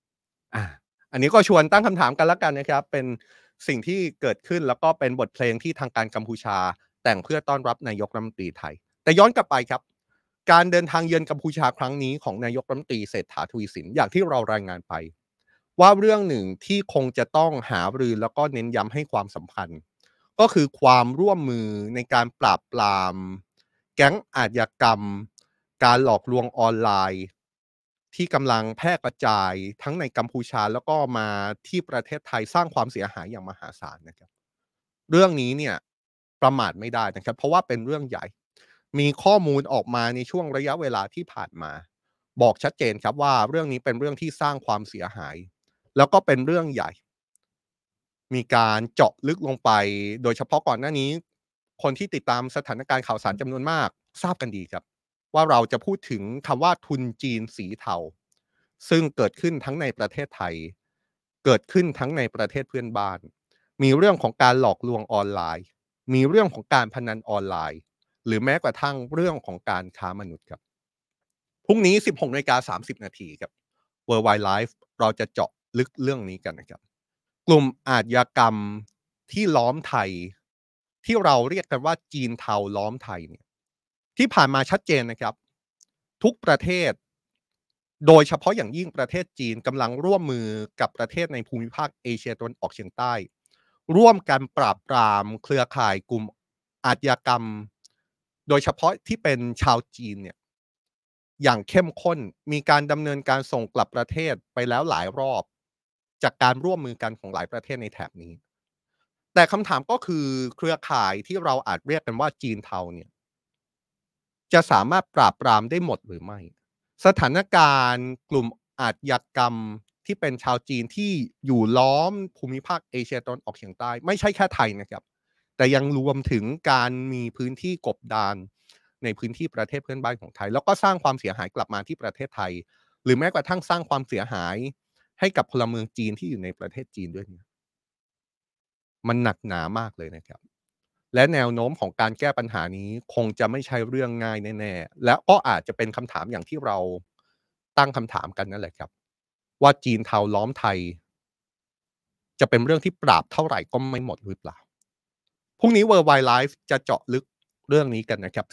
อาอันนี้ก็ชวนตั้งคำถามกันแล้วกันนะครับเป็นสิ่งที่เกิดขึ้นแล้วก็เป็นบทเพลงที่ทางการกัมพูชาแต่งเพื่อต้อนรับนายกรัฐมนตรีไทยแต่ย้อนกลับไปครับการเดินทางเยือนกัมพูชาครั้งนี้ของนายกรัฐมนตรีเศรษฐาทวีสินอย่างที่เรารายงานไปว่าเรื่องหนึ่งที่คงจะต้องหารือแล้วก็เน้นย้ำให้ความสำคัญก็คือความร่วมมือในการปราบปรามแก๊งอาชญากรรมการหลอกลวงออนไลน์ ที่กำลังแพร่กระจายทั้งในกัมพูชาแล้วก็มาที่ประเทศไทยสร้างความเสียหายอย่างมหาศาลนะครับเรื่องนี้เนี่ยประมาทไม่ได้นะครับเพราะว่าเป็นเรื่องใหญ่มีข้อมูลออกมาในช่วงระยะเวลาที่ผ่านมาบอกชัดเจนครับว่าเรื่องนี้เป็นเรื่องที่สร้างความเสียหายแล้วก็เป็นเรื่องใหญ่ มีการเจาะลึกลงไปโดยเฉพาะก่อนหน้านี้คนที่ติดตามสถานการณ์ข่าวสารจำนวนมากทราบกันดีครับว่าเราจะพูดถึงคำว่าทุนจีนสีเทาซึ่งเกิดขึ้นทั้งในประเทศไทยเกิดขึ้นทั้งในประเทศเพื่อนบ้านมีเรื่องของการหลอกลวงออนไลน์มีเรื่องของการพนันออนไลน์หรือแม้กระทั่งเรื่องของการค้ามนุษย์ครับพรุ่งนี้ 16:30 นาทีครับ Worldwide Live เราจะเจาะลึกเรื่องนี้กันนะครับ กลุ่มอาชญากรรมที่ล้อมไทยที่เราเรียกกันว่าจีนเทาล้อมไทยเนี่ยที่ผ่านมาชัดเจนนะครับทุกประเทศโดยเฉพาะอย่างยิ่งประเทศจีนกำลังร่วมมือกับประเทศในภูมิภาคเอเชียตะวันออกเฉียงใต้ร่วมกันปราบปรามเครือข่ายกลุ่มอาชญากรรมโดยเฉพาะที่เป็นชาวจีนเนี่ยอย่างเข้มข้นมีการดำเนินการส่งกลับประเทศไปแล้วหลายรอบจากการร่วมมือกันของหลายประเทศในแถบนี้ แต่คำถามก็คือเครือข่ายที่เราอาจเรียกกันว่าจีนเทาเนี่ยจะสามารถปราบปรามได้หมดหรือไม่สถานการณ์กลุ่มอาชญากรรมที่เป็นชาวจีนที่อยู่ล้อมภูมิภาคเอเชียตะวันออกเฉียงใต้ไม่ใช่แค่ไทยนะครับแต่ยังรวมถึงการมีพื้นที่กบดานในพื้นที่ประเทศเพื่อนบ้านของไทยแล้วก็สร้างความเสียหายกลับมาที่ประเทศไทยหรือแม้กระทั่งสร้างความเสียหายให้กับพลเมืองจีนที่อยู่ในประเทศจีนด้วยเนี่ย มันหนักหนามากเลยนะครับ และแนวโน้มของการแก้ปัญหานี้คงจะไม่ใช่เรื่องง่ายแน่ๆ และก็อาจจะเป็นคำถามอย่างที่เราตั้งคำถามกันนั่นแหละครับว่าจีนเทาล้อมไทยจะเป็นเรื่องที่ปราบเท่าไหร่ก็ไม่หมดหรือเปล่า พรุ่งนี้ Worldwide Live จะเจาะลึกเรื่องนี้กันนะครับ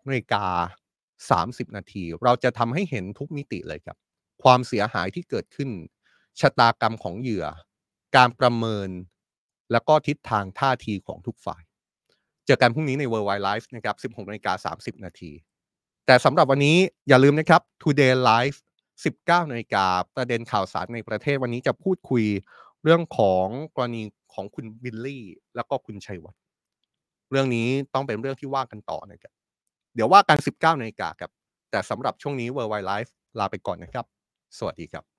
16:30 นาทีเราจะทำให้เห็นทุกมิติเลยครับ ความเสียหายที่เกิดขึ้น ชะตากรรมของเหยื่อ การประเมิน แล้วก็ทิศทางท่าทีของทุกฝ่าย เจอกันพรุ่งนี้ใน Worldwide Live นะครับ 16:30 นาทีแต่สำหรับวันนี้อย่าลืมนะครับ Today Live 19นาฬิกาประเด็นข่าวสารในประเทศวันนี้จะพูดคุยเรื่องของกรณีของคุณบิลลี่แล้วก็คุณชัยวัฒน์เรื่องนี้ต้องเป็นเรื่องที่ว่ากันต่อนะครับเดี๋ยวว่ากัน19นาฬิกาครับแต่สำหรับช่วงนี้ Worldwide Live ลาไปก่อนนะครับสวัสดีครับ